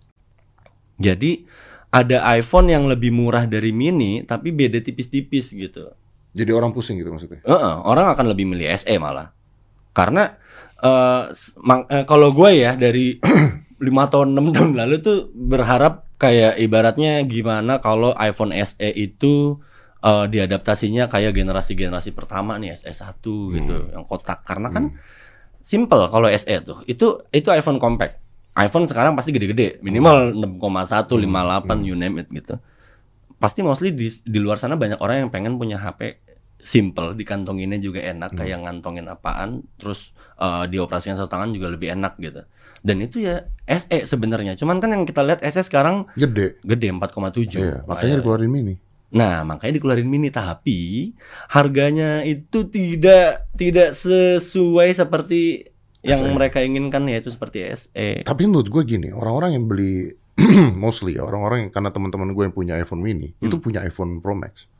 Jadi ada iPhone yang lebih murah dari mini tapi beda tipis-tipis gitu. Jadi orang pusing gitu maksudnya. Heeh, orang akan lebih milih S E malah. Karena eh, s- mang- eh, kalau gue ya dari lima tahun enam tahun lalu tuh berharap kayak ibaratnya gimana kalau iPhone S E itu eh, diadaptasinya kayak generasi-generasi pertama nih S E satu gitu, yang kotak. Karena kan simple kalau S E tuh. Itu itu iPhone compact. iPhone sekarang pasti gede-gede, minimal enam koma satu, lima puluh delapan, you name it gitu. Pasti mostly di, di luar sana banyak orang yang pengen punya H P simple, dikantonginnya juga enak, kayak ngantongin apaan, terus uh, dioperasikan satu tangan juga lebih enak gitu. Dan itu ya S E sebenarnya. Cuman kan yang kita lihat S E sekarang Gede. gede empat koma tujuh. Iya, makanya dikeluarin mini. Nah, makanya dikeluarin mini, tapi harganya itu tidak tidak sesuai seperti yang S E. mereka inginkan, yaitu seperti S E. Tapi menurut gue gini, orang-orang yang beli mostly ya, orang-orang yang karena teman-teman gue yang punya iPhone mini, itu Hmm. punya iPhone Pro Max.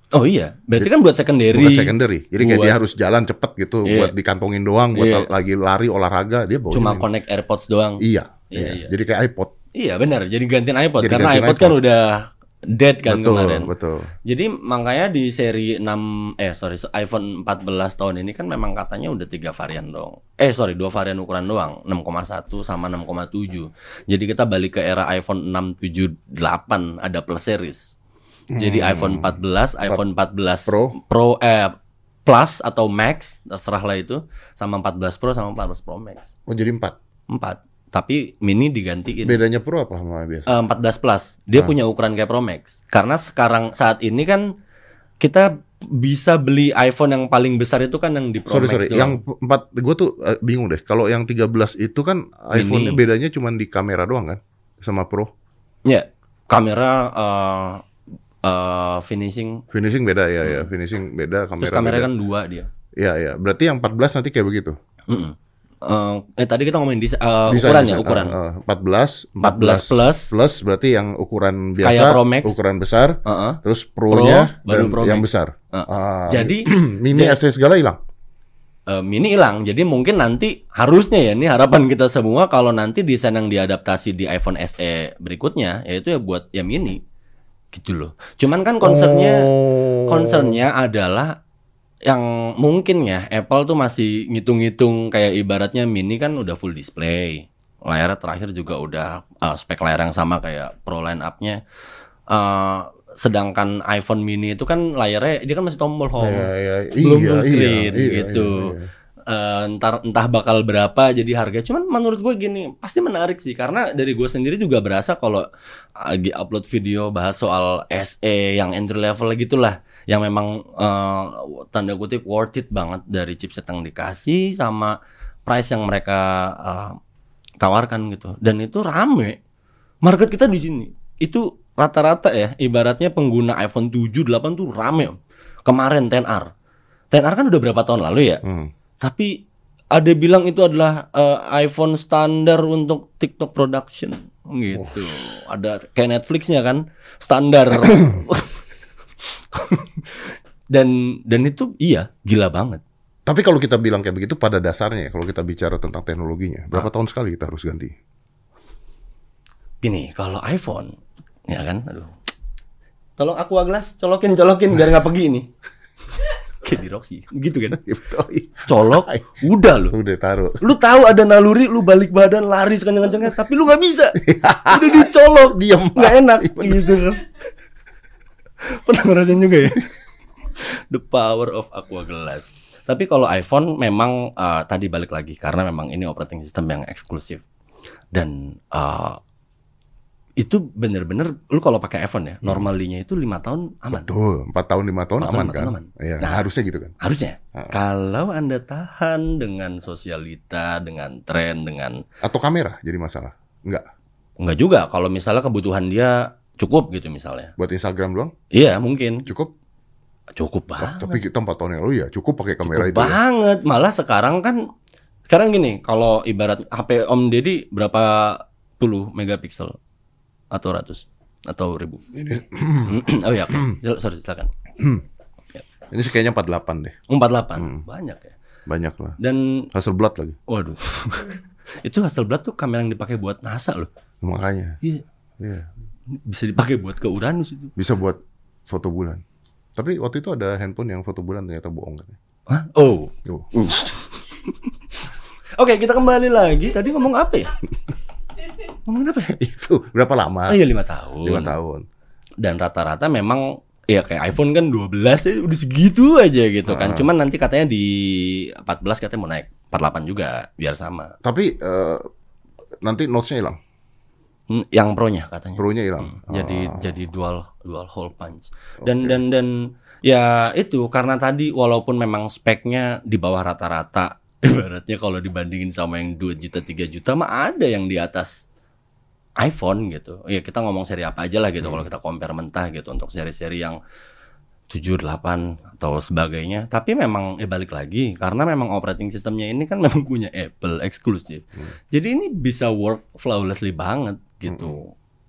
Oh iya, berarti kan buat secondary. Bukan secondary. Jadi kayak Buat- dia harus jalan cepet gitu Iya. buat dikantongin doang, buat Iya. lagi lari olahraga dia bawa Cuma ini. connect AirPods doang. Iya, Iya, iya. iya. Jadi kayak iPod. Iya benar, jadi gantiin iPod Jadi karena gantiin iPod kan iPod. udah dead kan betul, kemarin. betul. Jadi makanya di seri enam eh sorry iPhone empat belas tahun ini kan memang katanya udah tiga varian dong. Eh sorry dua varian ukuran doang, enam koma satu sama enam koma tujuh. Jadi kita balik ke era iPhone enam, tujuh, delapan ada plus series. Jadi iPhone empat belas, iPhone empat belas Pro. Pro eh Plus atau Max, terserah lah itu, sama empat belas Pro sama empat belas Pro Max. Oh jadi empat. Empat. Tapi mini digantiin. Bedanya Pro apa sama biasa? Eh, empat belas Plus. Dia Ah. punya ukuran kayak Pro Max. Karena sekarang saat ini kan kita bisa beli iPhone yang paling besar itu kan yang di Pro Sorry Max sorry, doang. yang empat gue tuh eh, bingung deh. Kalau yang tiga belas itu kan iPhone-nya bedanya cuma di kamera doang kan, sama Pro. Ya, kamera eh eh, finishing. Finishing beda ya ya, finishing beda, kamera. Terus kamera beda. kan dua dia. Iya iya, berarti yang empat belas nanti kayak begitu. Mm-mm. Eh, eh tadi kita ngomongin desa- eh, Desain, ukuran ya, desain. ukuran. Ah, ah, empat belas, empat belas plus. plus berarti yang ukuran biasa, Kayak Pro Max. ukuran besar, Heeh. terus Pro-nya Pro, baru dan Pro yang Max. besar. Ah. Ah, Jadi mini jadi- S E segala hilang. Eh, mini hilang. Jadi mungkin nanti harusnya ya, ini harapan kita semua kalau nanti desain yang diadaptasi di iPhone S E berikutnya yaitu ya buat yang mini. Gitu loh. Cuman kan concernnya Oh. concernnya adalah yang mungkin ya Apple tuh masih ngitung-ngitung kayak ibaratnya mini kan udah full display. Layarnya terakhir juga udah uh, spek layar yang sama kayak Pro line up-nya. Uh, sedangkan iPhone mini itu kan layarnya dia kan masih tombol home. Iya, iya, Belum iya, full screen iya, iya, gitu. iya, iya. Eh, entar entah bakal berapa jadi harga. Cuman menurut gue gini, pasti menarik sih karena dari gue sendiri juga berasa kalau lagi upload video bahas soal S E yang entry level gitulah, yang memang eh, tanda kutip worth it banget dari chipset yang dikasih sama price yang mereka eh, tawarkan gitu. Dan itu rame. Market kita di sini. Itu rata-rata ya, ibaratnya pengguna iPhone tujuh, delapan tuh rame. Om. Kemarin X R. X R kan udah berapa tahun lalu ya? Hmm. Tapi ada bilang itu adalah eh, iPhone standar untuk TikTok production gitu. Ada kayak Netflixnya kan standar. dan dan itu iya gila banget. Tapi kalau kita bilang kayak begitu pada dasarnya ya, kalau kita bicara tentang teknologinya, berapa tahun sekali kita harus ganti? Gini kalau iPhone ya kan, aduh. Tolong Aqua Glass colokin colokin biar nggak pergi ini. Kayak di Roxy gitu kan. Colok udah lu. Udah taruh. Lu tahu ada naluri lu balik badan lari sekencang-kencangnya tapi lu nggak bisa. Udah dicolok, Diam. nggak enak gitu kan. Pernah ngerasain juga ya? The power of Aqua Glass. Tapi kalau iPhone memang uh, tadi balik lagi karena memang ini operating system yang eksklusif dan uh, itu bener-bener lu kalau pakai iPhone ya normalinya itu lima tahun aman. Betul, empat tahun lima tahun Empat tahun, aman lima kan? tahun aman. Iya, Nah, harusnya gitu kan. Harusnya. Ah. Kalau Anda tahan dengan sosialita, dengan tren, dengan Atau kamera jadi masalah? Enggak. enggak juga kalau misalnya kebutuhan dia cukup gitu misalnya. Buat Instagram doang Iya, mungkin. cukup. Cukup Wah, banget. tapi kita empat tahun yang lalu ya cukup pakai kamera Cukup itu. Ya. banget. Malah sekarang kan sekarang gini, kalau ibarat H P Om Deddy berapa puluh megapiksel atau ratus atau ribu? Ini, Oh iya, oke. Sorry, silakan. ini sih kayaknya empat puluh delapan deh. empat puluh delapan. Hmm. Banyak ya. Banyak lah. Dan Hasselblad lagi. waduh. Itu Hasselblad tuh kamera yang dipakai buat NASA loh. Makanya. Iya. Iya. Bisa dipakai buat ke Uranus itu. Bisa buat foto bulan. Tapi waktu itu ada handphone yang foto bulan ternyata bohong katanya. Hah? Oh. Oh. Oke, kita kembali lagi. Tadi ngomong apa ya? Ngomongin apa ya? Itu berapa lama? Oh iya, lima tahun. Lima tahun. Dan rata-rata memang ya kayak iPhone kan dua belas ya udah segitu aja gitu kan. Ah. Cuman nanti katanya di empat belas katanya mau naik empat puluh delapan juga biar sama. Tapi eh, nanti notes-nya hilang. Hmm, Yang Pro-nya katanya. Pro-nya hilang. Hmm, Jadi Ah. jadi dual dual hole punch. Dan dan dan ya itu karena tadi walaupun memang speknya di bawah rata-rata ibaratnya kalau dibandingin sama yang dua juta tiga juta mah ada yang di atas iPhone gitu. Ya kita ngomong seri apa aja lah gitu Hmm. kalau kita compare mentah gitu untuk seri-seri yang tujuh, delapan atau sebagainya. Tapi memang ya balik lagi karena memang operating sistemnya ini kan memang punya Apple eksklusif. Hmm. Jadi ini bisa work flawlessly banget gitu.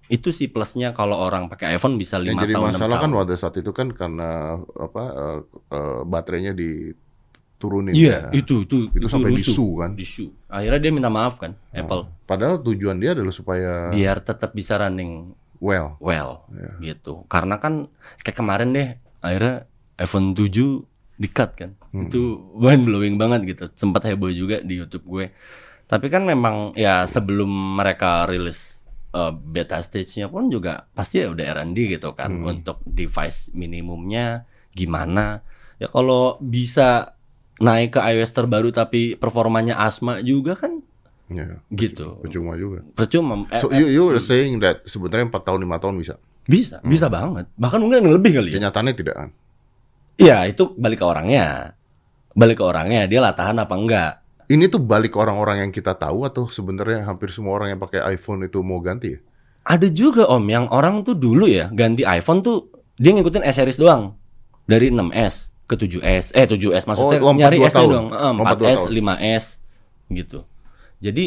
Itu sih plusnya kalau orang pakai iPhone bisa lima Yang jadi tahun enam masalah kan tahun. pada saat itu kan karena apa uh, uh, baterainya diturunin. Iya, ya. itu itu Itu sampai rusuh. disu kan. Disu. Akhirnya dia minta maaf kan, Apple. Padahal tujuan dia adalah supaya Biar tetap bisa running well. well Iya. gitu. Karena kan kayak kemarin deh, akhirnya iPhone tujuh di-cut kan. Hmm. Itu mind blowing banget gitu. Sempat heboh juga di YouTube gue. Tapi kan memang ya sebelum mereka rilis uh, beta stage-nya pun juga pasti ya udah R and D gitu kan, Hmm. untuk device minimumnya gimana. Ya kalau bisa naik ke iOS terbaru tapi performanya asma juga kan Ya, gitu. percuma juga. Percuma. Eh, So eh, you, you were saying that sebenarnya empat tahun lima tahun bisa. bisa, bisa banget. Bahkan mungkin yang lebih kali ya. Kenyataannya tidak kan. Iya, itu balik ke orangnya. Balik ke orangnya, dia latahan apa enggak. Ini tuh balik ke orang-orang yang kita tahu atau sebenarnya hampir semua orang yang pakai iPhone itu mau ganti ya? Ada juga Om, yang orang tuh dulu ya ganti iPhone tuh dia ngikutin S-series doang. Dari enam S ke tujuh S. Eh tujuh S maksudnya Oh, lompat nyari dua S-nya tahun. doang. Eh, Lompat empat dua S, tahun. lima S gitu. Jadi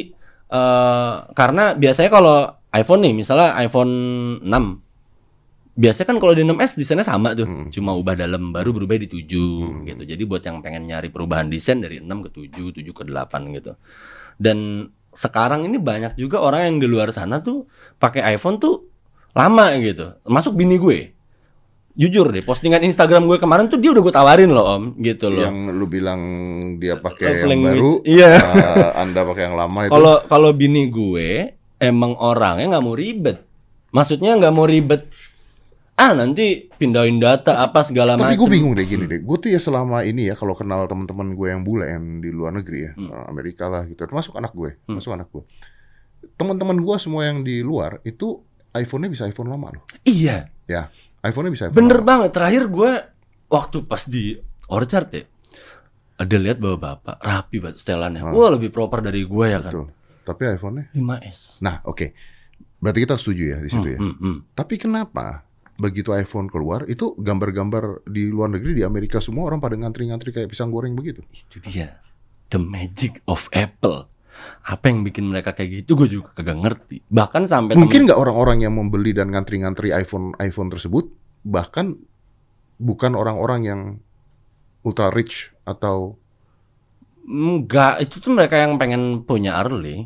eh karena biasanya kalau iPhone nih, misalnya iPhone enam, biasanya kan kalau di enam S desainnya sama tuh, Hmm. cuma ubah dalam, baru berubah di tujuh gitu. Jadi buat yang pengen nyari perubahan desain dari enam ke tujuh, tujuh ke delapan gitu. Dan sekarang ini banyak juga orang yang di luar sana tuh pakai iPhone tuh lama gitu. Masuk bini gue. Jujur deh, postingan Instagram gue kemarin tuh dia udah gue tawarin loh Om, gitu loh. Yang lu bilang dia pakai Love yang language. baru, Iya. uh, Anda pakai yang lama itu. Kalau kalau bini gue emang orangnya nggak mau ribet. Maksudnya nggak mau ribet. Ah nanti pindahin data apa segala macam. Tapi gue bingung deh gini deh. Gue tuh ya selama ini ya kalau kenal teman-teman gue yang bule yang di luar negeri ya, Hmm. Amerika lah gitu. Termasuk anak gue, Hmm. masuk anak gue. Teman-teman gue semua yang di luar itu iPhone-nya bisa iPhone lama loh. Iya, Ya, iPhone-nya bisa iPhone bener lama. banget. Terakhir gue waktu pas di Orchard ya, ada lihat bapak-bapak rapi banget setelannya. Hmm. Wah lebih proper dari gue ya kan. Betul. Tapi iPhone-nya. lima S. Nah, oke. Berarti kita setuju ya di situ ya. Hmm, hmm. Tapi kenapa begitu iPhone keluar itu gambar-gambar di luar negeri di Amerika semua orang pada ngantri-ngantri kayak pisang goreng begitu? Itu dia, the magic of Apple. Apa yang bikin mereka kayak gitu gue juga kagak ngerti. Bahkan sampai Mungkin nggak orang-orang yang membeli dan ngantri-ngantri iPhone iPhone tersebut bahkan bukan orang-orang yang ultra rich atau enggak, itu tuh mereka yang pengen punya early.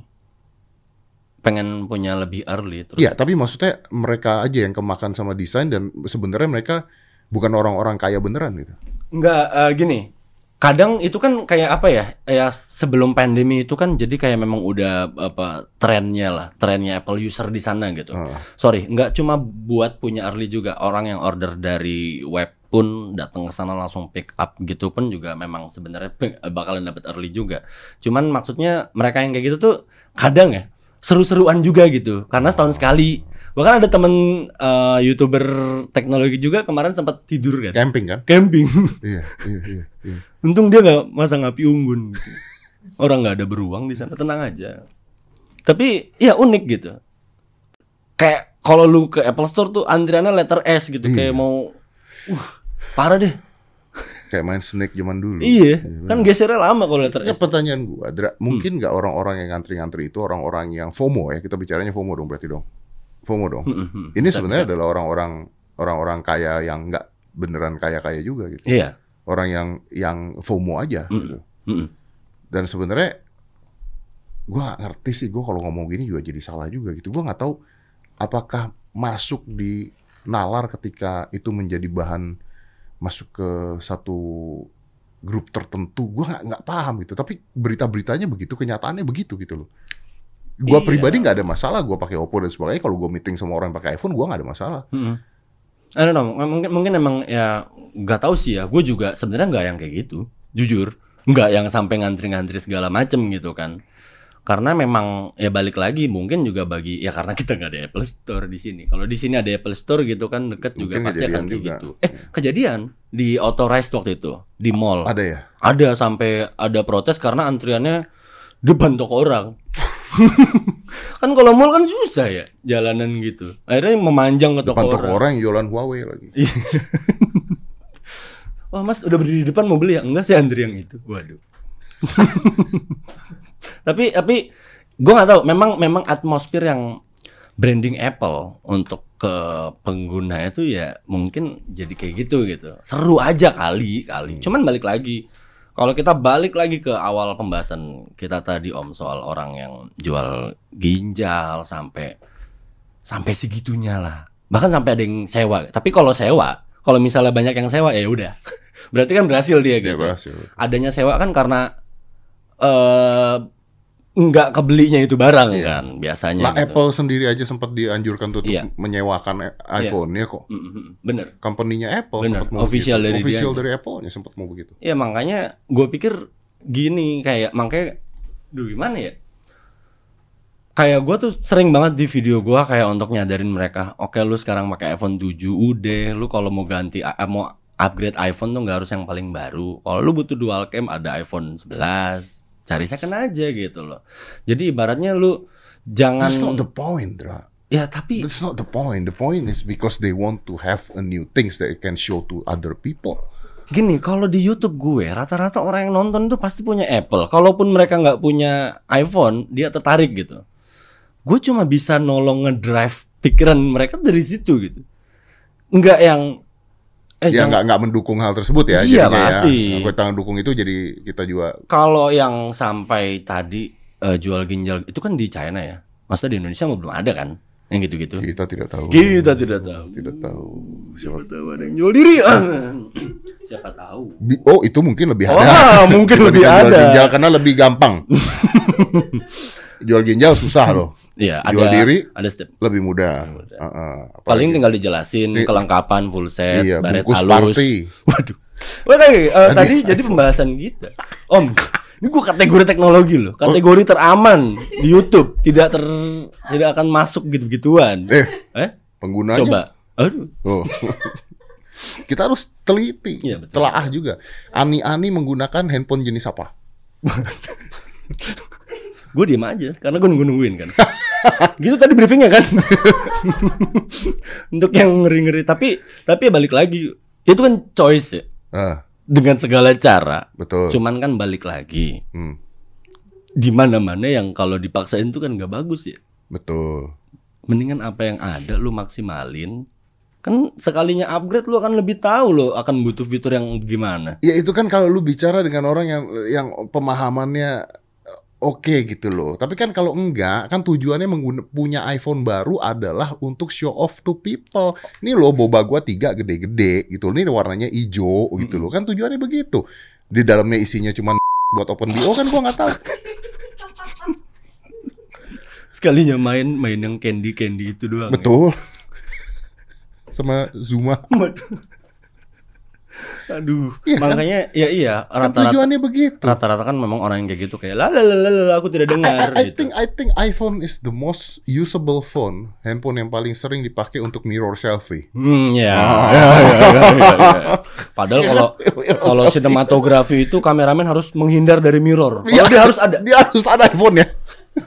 Pengen punya lebih early terus. ya, tapi maksudnya mereka aja yang kemakan sama desain dan sebenarnya mereka bukan orang-orang kaya beneran gitu. Enggak, eh, gini. Kadang itu kan kayak apa ya? Ya sebelum pandemi itu kan jadi kayak memang udah apa trennya lah, trennya Apple user di sana gitu. Ah. Sorry, nggak cuma buat punya early juga. Orang yang order dari web pun datang ke sana langsung pick up gitu pun juga memang sebenarnya bakalan dapat early juga. Cuman maksudnya mereka yang kayak gitu tuh kadang ya seru-seruan juga gitu. Karena setahun sekali. Bahkan ada temen eh, YouTuber teknologi juga kemarin sempat tidur kan. Camping kan? Camping. Iya, iya, iya, iya. Untung dia nggak masang api unggun gitu. Orang nggak ada beruang di sana, tenang aja. Tapi ya unik gitu. Kayak kalau lu ke Apple Store tuh antriannya letter S gitu, Iya. kayak mau uh, parah deh. Kayak main Snake zaman dulu. Iya, Iya, kan gesernya lama kalau letter Ya S. pertanyaan gua, Dra, mungkin nggak orang-orang yang ngantri-ngantri itu orang-orang yang FOMO ya, kita bicaranya FOMO dong berarti dong. FOMO dong. Hmm, hmm, hmm. Ini Bisa, sebenarnya bisa. adalah orang-orang orang-orang kaya yang nggak beneran kaya-kaya juga gitu. Iya. Orang yang yang FOMO aja Hmm, gitu. hmm. Dan sebenarnya gua nggak ngerti sih, gua kalau ngomong gini juga jadi salah juga gitu. Gua nggak tahu apakah masuk di nalar ketika itu menjadi bahan masuk ke satu grup tertentu. Gua nggak nggak paham gitu. Tapi berita-beritanya begitu, kenyataannya begitu gitu loh. Gua Iya. pribadi nggak ada masalah. Gua pakai Oppo dan sebagainya. Kalau gua meeting sama orang yang pakai iPhone, gua nggak ada masalah. Hmm. I don't know, mungkin mungkin emang ya nggak tahu sih ya. Gue juga sebenarnya nggak yang kayak gitu, jujur, nggak yang sampai ngantri-ngantri segala macem gitu kan. Karena memang ya balik lagi mungkin juga bagi ya karena kita nggak ada Apple Store di sini. Kalau di sini ada Apple Store gitu kan deket juga Mungkin pasti akan kejadian kayak juga. gitu. Eh kejadian di Authorized waktu itu di mall. Ada ya? Ada sampai ada protes karena antriannya depan toko orang. Kan kalau mall kan susah ya jalanan gitu. Akhirnya memanjang ke toko Depan toko orang. orang yang jualan Huawei lagi. Wah mas udah berdiri di depan mau beli ya? Enggak sih antri yang itu. Waduh. tapi tapi gue nggak tahu. Memang memang atmosfer yang branding Apple untuk ke pengguna itu ya mungkin jadi kayak gitu gitu. Seru aja kali kali. Cuman balik lagi, kalau kita balik lagi ke awal pembahasan kita tadi Om soal orang yang jual ginjal sampai sampai segitunya lah. Bahkan sampai ada yang sewa. Tapi kalau sewa, kalau misalnya banyak yang sewa ya udah. Berarti kan berhasil dia gitu. Ya, berhasil. Adanya sewa kan karena eh uh, nggak kebelinya itu barang iya. kan biasanya. Nah, gitu. Apple sendiri aja sempat dianjurkan tuh iya. untuk menyewakan iPhone-nya iya. kok. Mm-hmm. Bener. Company-nya Apple Bener. sempat mau Official begitu. dari Official dia. dari Apple-nya sempat mau begitu. Ya makanya gue pikir gini kayak makanya, duh gimana ya? Kayak gue tuh sering banget di video gue kayak untuk nyadarin mereka, oke lu sekarang pakai iPhone tujuh udah, lu kalau mau ganti mau upgrade iPhone tuh nggak harus yang paling baru. Kalau lu butuh dual cam ada iPhone sebelas. Cari second aja gitu loh. Jadi ibaratnya lu jangan. That's not the point, Dra. Ya tapi. That's not the point. The point is because they want to have a new things that they can show to other people. Gini, kalau di YouTube gue rata-rata orang yang nonton tuh pasti punya Apple. Kalaupun mereka nggak punya iPhone, dia tertarik gitu. Gue cuma bisa nolong ngedrive pikiran mereka dari situ gitu. Nggak yang. Eh, ya nggak nggak mendukung hal tersebut ya. Iya pasti. Ya, tangan dukung itu jadi kita juga. Kalau yang sampai tadi uh, jual ginjal itu kan di China ya. Maksudnya di Indonesia belum ada kan yang gitu-gitu. Kita tidak tahu. Kita tidak tahu. Tidak tahu. Siapa tahu ada yang jual diri. Siapa tahu. Oh itu mungkin lebih ada. Oh mungkin lebih ada. Jual ginjal karena lebih gampang. Jual ginjal susah loh. Iya, jual ada, diri ada step. lebih mudah. mudah. Uh, uh, Paling tinggal dijelasin di, kelengkapan full set, iya, baret bungkus halus. party. Waduh. Oke, uh, tadi jadi pembahasan kita. Om, ini gua kategori teknologi loh, kategori oh. teraman di YouTube, tidak ter tidak akan masuk gitu-gituan. Eh, eh? Penggunanya. Coba. Aduh. Oh. Kita harus teliti, iya, betul. telaah juga. Ani-ani menggunakan handphone jenis apa? Gue diem aja karena gue nunggu-nungguin kan. Gitu tadi briefingnya kan. Untuk yang ngeri-ngeri. Tapi tapi balik lagi, itu kan choice ya. Uh, Dengan segala cara. Betul. Cuman kan balik lagi. Hmm. Di mana-mana yang kalau dipaksain tuh kan nggak bagus ya. Betul. Mendingan apa yang ada lu maksimalin. Kan sekalinya upgrade lu akan lebih tahu lo akan butuh fitur yang gimana. Ya itu kan kalau lu bicara dengan orang yang yang pemahamannya oke okay gitu loh. Tapi kan kalau enggak, kan tujuannya mengguna, punya iPhone baru adalah untuk show off to people. Ini loh boba gua tiga gede-gede gitu. Ini warnanya hijau gitu loh. Kan tujuannya begitu. Di dalamnya isinya cuma buat open B O kan gua nggak tahu. Sekalinya main main yang candy-candy itu doang. Betul. Ya? Sama Zuma. Aduh, ya makanya kan? ya iya rata-rata kan tujuannya begitu. Rata-rata kan memang orang yang kayak gitu kayak la la la la aku tidak dengar I, I, I gitu. think I think iPhone is the most usable phone, handphone yang paling sering dipakai untuk mirror selfie. Hmm ya. Oh. ya, ya, ya, ya, ya. Padahal kalau kalau sinematografi itu kameramen harus menghindar dari mirror. Kalau ya, dia harus ada. Dia harus ada iPhone ya.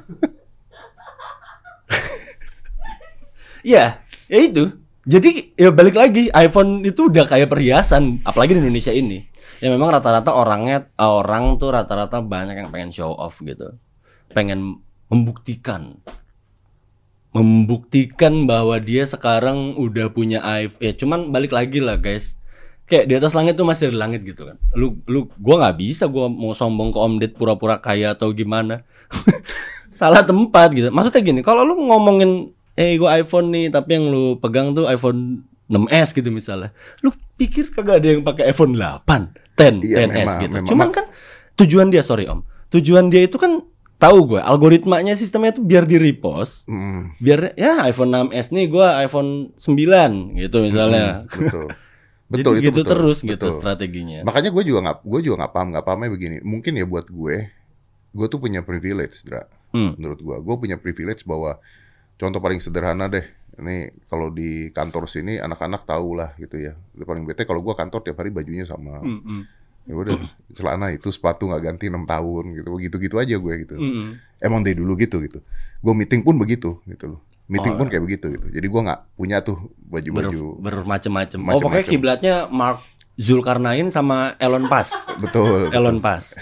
Iya, ya itu. Jadi ya balik lagi, iPhone itu udah kayak perhiasan, apalagi di Indonesia ini. Ya memang rata-rata orangnya orang tuh rata-rata banyak yang pengen show off gitu. Pengen membuktikan. Membuktikan bahwa dia sekarang udah punya iPhone. Ya cuman balik lagi lah guys. Kayak di atas langit tuh masih ada langit gitu kan. Lu lu gua enggak bisa gua mau sombong ke Om Ded pura-pura kaya atau gimana. Salah tempat gitu. Maksudnya gini, kalau lu ngomongin eh gue iPhone nih, tapi yang lu pegang tuh iPhone enam S gitu misalnya. Lu pikir kagak ada yang pakai iPhone delapan, sepuluh, iya, sepuluh S memang, gitu. Memang. Cuman kan tujuan dia, sorry Om. Tujuan dia itu kan tahu gue, algoritmanya sistemnya itu biar di repost. Mm. Biar ya iPhone enam S nih gue iPhone sembilan gitu misalnya. Mm, betul. Betul Jadi itu gitu betul, terus betul. gitu strateginya. Makanya gue juga nggak, gue juga nggak paham, nggak pahamnya begini. Mungkin ya buat gue, gue tuh punya privilege, Dra. Hmm. Menurut gue, gue punya privilege bahwa contoh paling sederhana deh, ini kalau di kantor sini anak-anak tahu lah gitu ya. Paling bete kalau gue kantor tiap hari bajunya sama. Hmm, hmm. Ya udah, celana itu sepatu nggak ganti enam tahun gitu, gitu-gitu aja gue gitu. Hmm. Emang dari dulu gitu gitu. Gue meeting pun begitu gitu loh. Meeting oh, pun kayak begitu gitu. Jadi gue nggak punya tuh baju-baju Ber, bermacam-macam. Oh pokoknya kiblatnya Mark Zulkarnain sama Elon Musk. Betul. Elon Musk.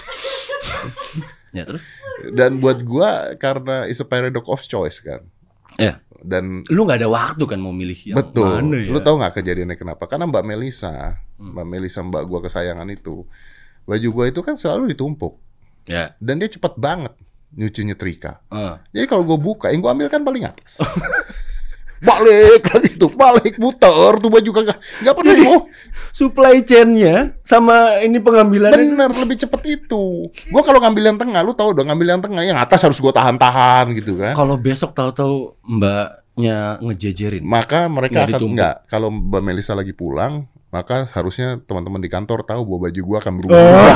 Ya terus? Dan buat gue karena is a paradox of choice kan. Iya. Dan Lu nggak ada waktu kan mau milih yang betul. mana ya? Lu tahu nggak kejadiannya kenapa? Karena Mbak Melisa, Hmm. Mbak Melisa mbak gua kesayangan itu, baju gua itu kan selalu ditumpuk. Ya. Dan dia cepet banget nyuci nyetrika. Uh. Jadi kalau gua buka, yang gua ambil kan paling atas. Balik lagi tuh, balik muter tuh baju kagak nggak pernah mau. Supply chain-nya sama ini pengambilannya Bener, lebih cepet itu. Gua kalau ngambil yang tengah, lu tahu dong ngambil yang tengah, yang atas harus gua tahan-tahan gitu kan. kalau besok tahu-tahu mbaknya ngejejerin. Maka mereka Nggak akan ditumpuk. enggak. Kalau Mbak Melisa lagi pulang, maka harusnya teman-teman di kantor tahu bahwa baju gua akan berubah. Oh,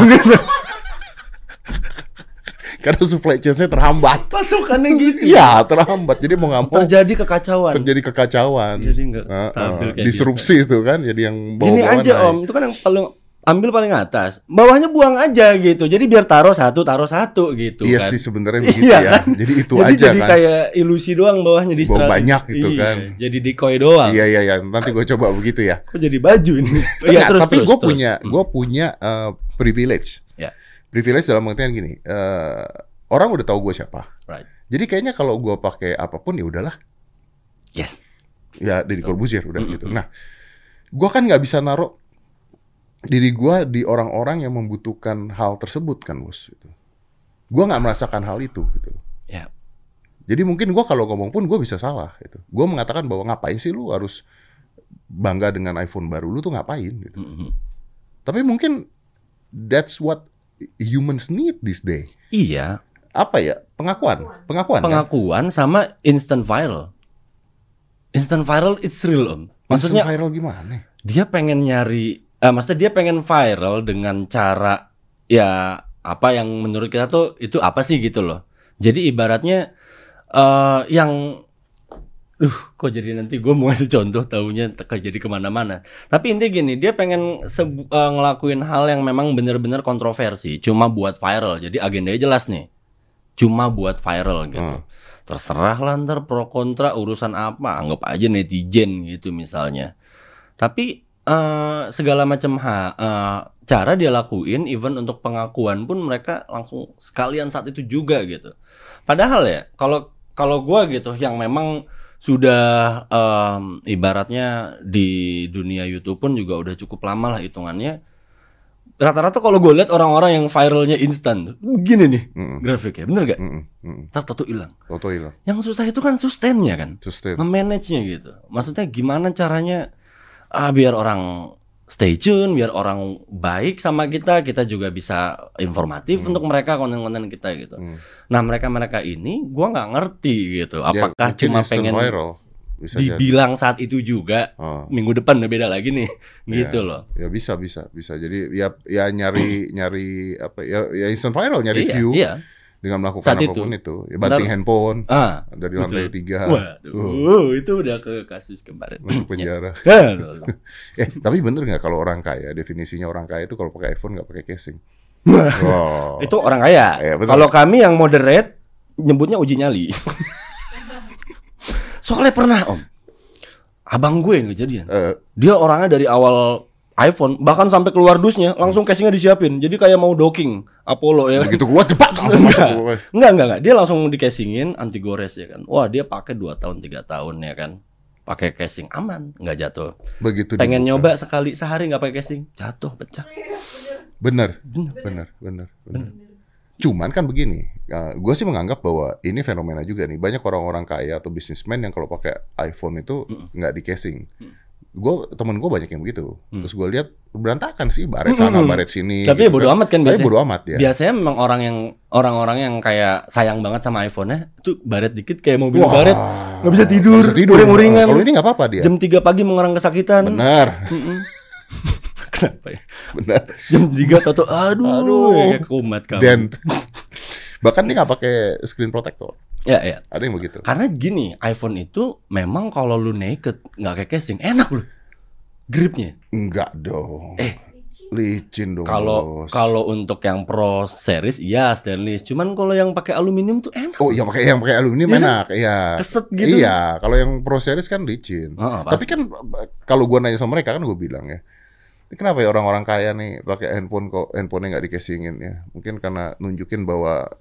Karena supply chain-nya terhambat. patokannya gitu. Iya, terhambat. Jadi mau nggak mau Terjadi kekacauan. terjadi kekacauan. Jadi nggak Heeh, stabil kayak disrupsi itu kan, jadi yang Gini bawa-bawa aja naik. Om, itu kan yang paling ambil paling atas, bawahnya buang aja gitu. Jadi biar taruh satu, taruh satu gitu Iya kan. sih sebenarnya begitu Iya ya. kan? Jadi itu Jadi aja jadi kan. kayak ilusi doang bawahnya di Bawa strat- banyak gitu Iya, kan. Jadi decoy doang. Iya iya iya. Nanti gue coba begitu ya. Kok jadi baju ini? Tapi, Iya, terus, tapi terus, gue terus. punya Hmm. gue punya uh, privilege. Ya. Privilege dalam pengertian gini. uh, orang udah tahu gue siapa. Right. Jadi kayaknya kalau gue pakai apapun ya udahlah. Yes. Ya Deddy Corbuzier udah Mm-mm. gitu. Nah, gue kan nggak bisa naruh diri gue di orang-orang yang membutuhkan hal tersebut kan bos. Gitu. Gue nggak merasakan hal itu gitu. Ya. Jadi mungkin gue kalau ngomong pun gue bisa salah. Gitu. Gue mengatakan bahwa ngapain sih lu harus bangga dengan iPhone baru lu tuh ngapain? Gitu. Mm-mm. Tapi mungkin that's what humans need this day. Iya. Apa ya? Pengakuan, pengakuan. kan? Pengakuan sama instant viral. Instant viral it's real Om. Maksudnya Instant viral gimana? dia pengen nyari, eh, maksudnya dia pengen viral dengan cara ya apa yang menurut kita tuh itu apa sih gitu loh. Jadi ibaratnya eh yang, duh kok jadi nanti gue mau ngasih contoh taunya teka jadi kemana-mana. Tapi intinya gini, dia pengen sebu- eh, ngelakuin hal yang memang bener-bener kontroversi, cuma buat viral. Jadi agendanya jelas nih, cuma buat viral gitu. Hmm. Terserah lah ntar pro kontra urusan apa, anggap aja netizen gitu misalnya. Tapi eh, segala macam ha- eh, cara dia lakuin, even untuk pengakuan pun mereka langsung sekalian saat itu juga gitu. Padahal ya, kalau kalau gue gitu, yang memang sudah em, ibaratnya di dunia YouTube pun juga udah cukup lama lah hitungannya. Rata-rata kalau gue lihat orang-orang yang viralnya instan, begini nih Mm-mm. grafiknya, bener gak? Mm-mm. Mm-mm. Ntar tato hilang. Foto hilang. Yang susah itu kan sustainnya kan, Sustain. nge-manage-nya gitu. Maksudnya gimana caranya ah, biar orang stay tune, biar orang baik sama kita, kita juga bisa informatif untuk mereka konten-konten kita gitu. Hmm. Nah mereka-mereka ini gua nggak ngerti gitu, Ya, apakah mungkin cuma instant pengen viral. Bisa jadi. dibilang saat itu juga, Oh. minggu depan udah beda lagi nih, gitu Ya, loh. Ya bisa bisa bisa. Jadi ya ya nyari nyari apa ya ya instant viral nyari Iya, view iya. dengan melakukan Saat apapun itu. Ya banting Ntar- handphone Ah, dari lantai betul. tiga. Waduh, Uh, itu udah ke kasus kemarin. masuk penjara. Ya, loh, loh. Eh tapi bener nggak kalau orang kaya definisinya orang kaya itu kalau pakai iPhone nggak pakai casing. Wow. Itu orang kaya. Iya, betul. Kalau kami yang moderate nyebutnya uji nyali. Soalnya pernah Om, abang gue yang kejadian. Eh, Dia orangnya dari awal iPhone, bahkan sampai keluar dusnya langsung casingnya disiapin. Jadi kayak mau docking Apollo ya. begitu keluar cepat langsung masuk. Enggak. Enggak, enggak, enggak. Dia langsung di casingin anti gores ya kan. Wah, dia pakai dua tahun tiga tahun ya kan. Pakai casing aman, enggak jatuh. Begitu Pengen dibuka. nyoba sekali sehari enggak pakai casing, jatuh, pecah. Bener, bener, bener, bener. Cuman kan begini, gue sih menganggap bahwa ini fenomena juga nih. Banyak orang-orang kaya atau bisnismen yang kalau pakai iPhone itu nggak di casing. Gue temen gue banyak yang begitu. Terus gue lihat berantakan sih, baret sana, Mm-mm. baret sini. Tapi ya gitu bodo amat kan Tapi biasanya. bodo amat ya. Biasanya memang orang yang orang-orang yang kayak sayang banget sama iPhone-nya itu baret dikit kayak mobil Wah, baret, nggak bisa tidur, nggak bisa tidur. uring-uringan. Kalau ini nggak apa-apa dia. Jam tiga pagi mengerang kesakitan. Bener, Mm-mm. Kenapa ya? bener. Jam tiga tato aduh, Aduh. ya kayak kumat kamu. Dan bahkan dia nggak pakai screen protector. Ya, ya. Ada yang begitu. Karena gini, iPhone itu memang kalau lu naked nggak kayak casing, enak lu. Gripnya. Enggak dong. Eh, licin dong. Kalau Bos. kalau untuk yang Pro series iya stainless. Cuman kalau yang pakai aluminium tuh enak. Oh iya pakai yang pakai aluminium Iya kan? enak, iya. Keset gitu. Iya, kalau yang Pro Series kan licin. Oh, Tapi kan kalau gua nanya sama mereka kan gua bilang ya, ini kenapa ya orang-orang kaya nih pakai handphone kok handphonenya nggak di casingin ya? Mungkin karena nunjukin bahwa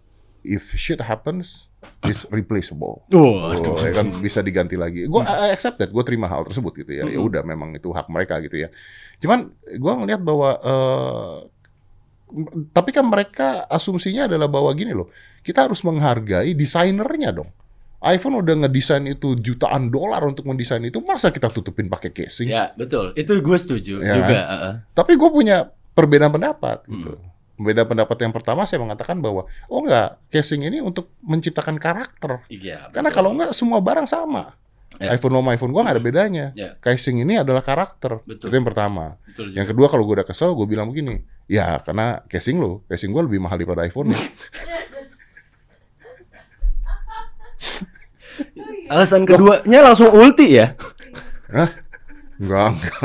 if shit happens, is replaceable. Wah, Oh, ya kan bisa diganti lagi. Gue I accept that, gue terima hal tersebut gitu ya. Ya Mm-mm. udah, memang itu hak mereka gitu ya. Cuman gue ngelihat bahwa, eh, tapi kan mereka asumsinya adalah bahwa gini loh, kita harus menghargai desainernya dong. iPhone udah ngedesain itu jutaan dolar untuk mendesain itu, masa kita tutupin pakai casing? Ya betul, itu gue setuju Ya. juga. uh-uh. Tapi gue punya perbedaan pendapat gitu. Hmm. Perbedaan pendapat yang pertama saya mengatakan bahwa oh enggak, casing ini untuk menciptakan karakter. Iya. Karena betul. kalau enggak semua barang sama. Ya. iPhone sama iPhone gua nggak ada bedanya. Ya. Casing ini adalah karakter. Betul. Itu yang pertama. Betul juga. Yang kedua, kalau gue udah kesel, gue bilang begini, ya karena casing lo, casing gue lebih mahal daripada iPhone nih. Alasan keduanya langsung ulti ya. Hah? Enggak, enggak.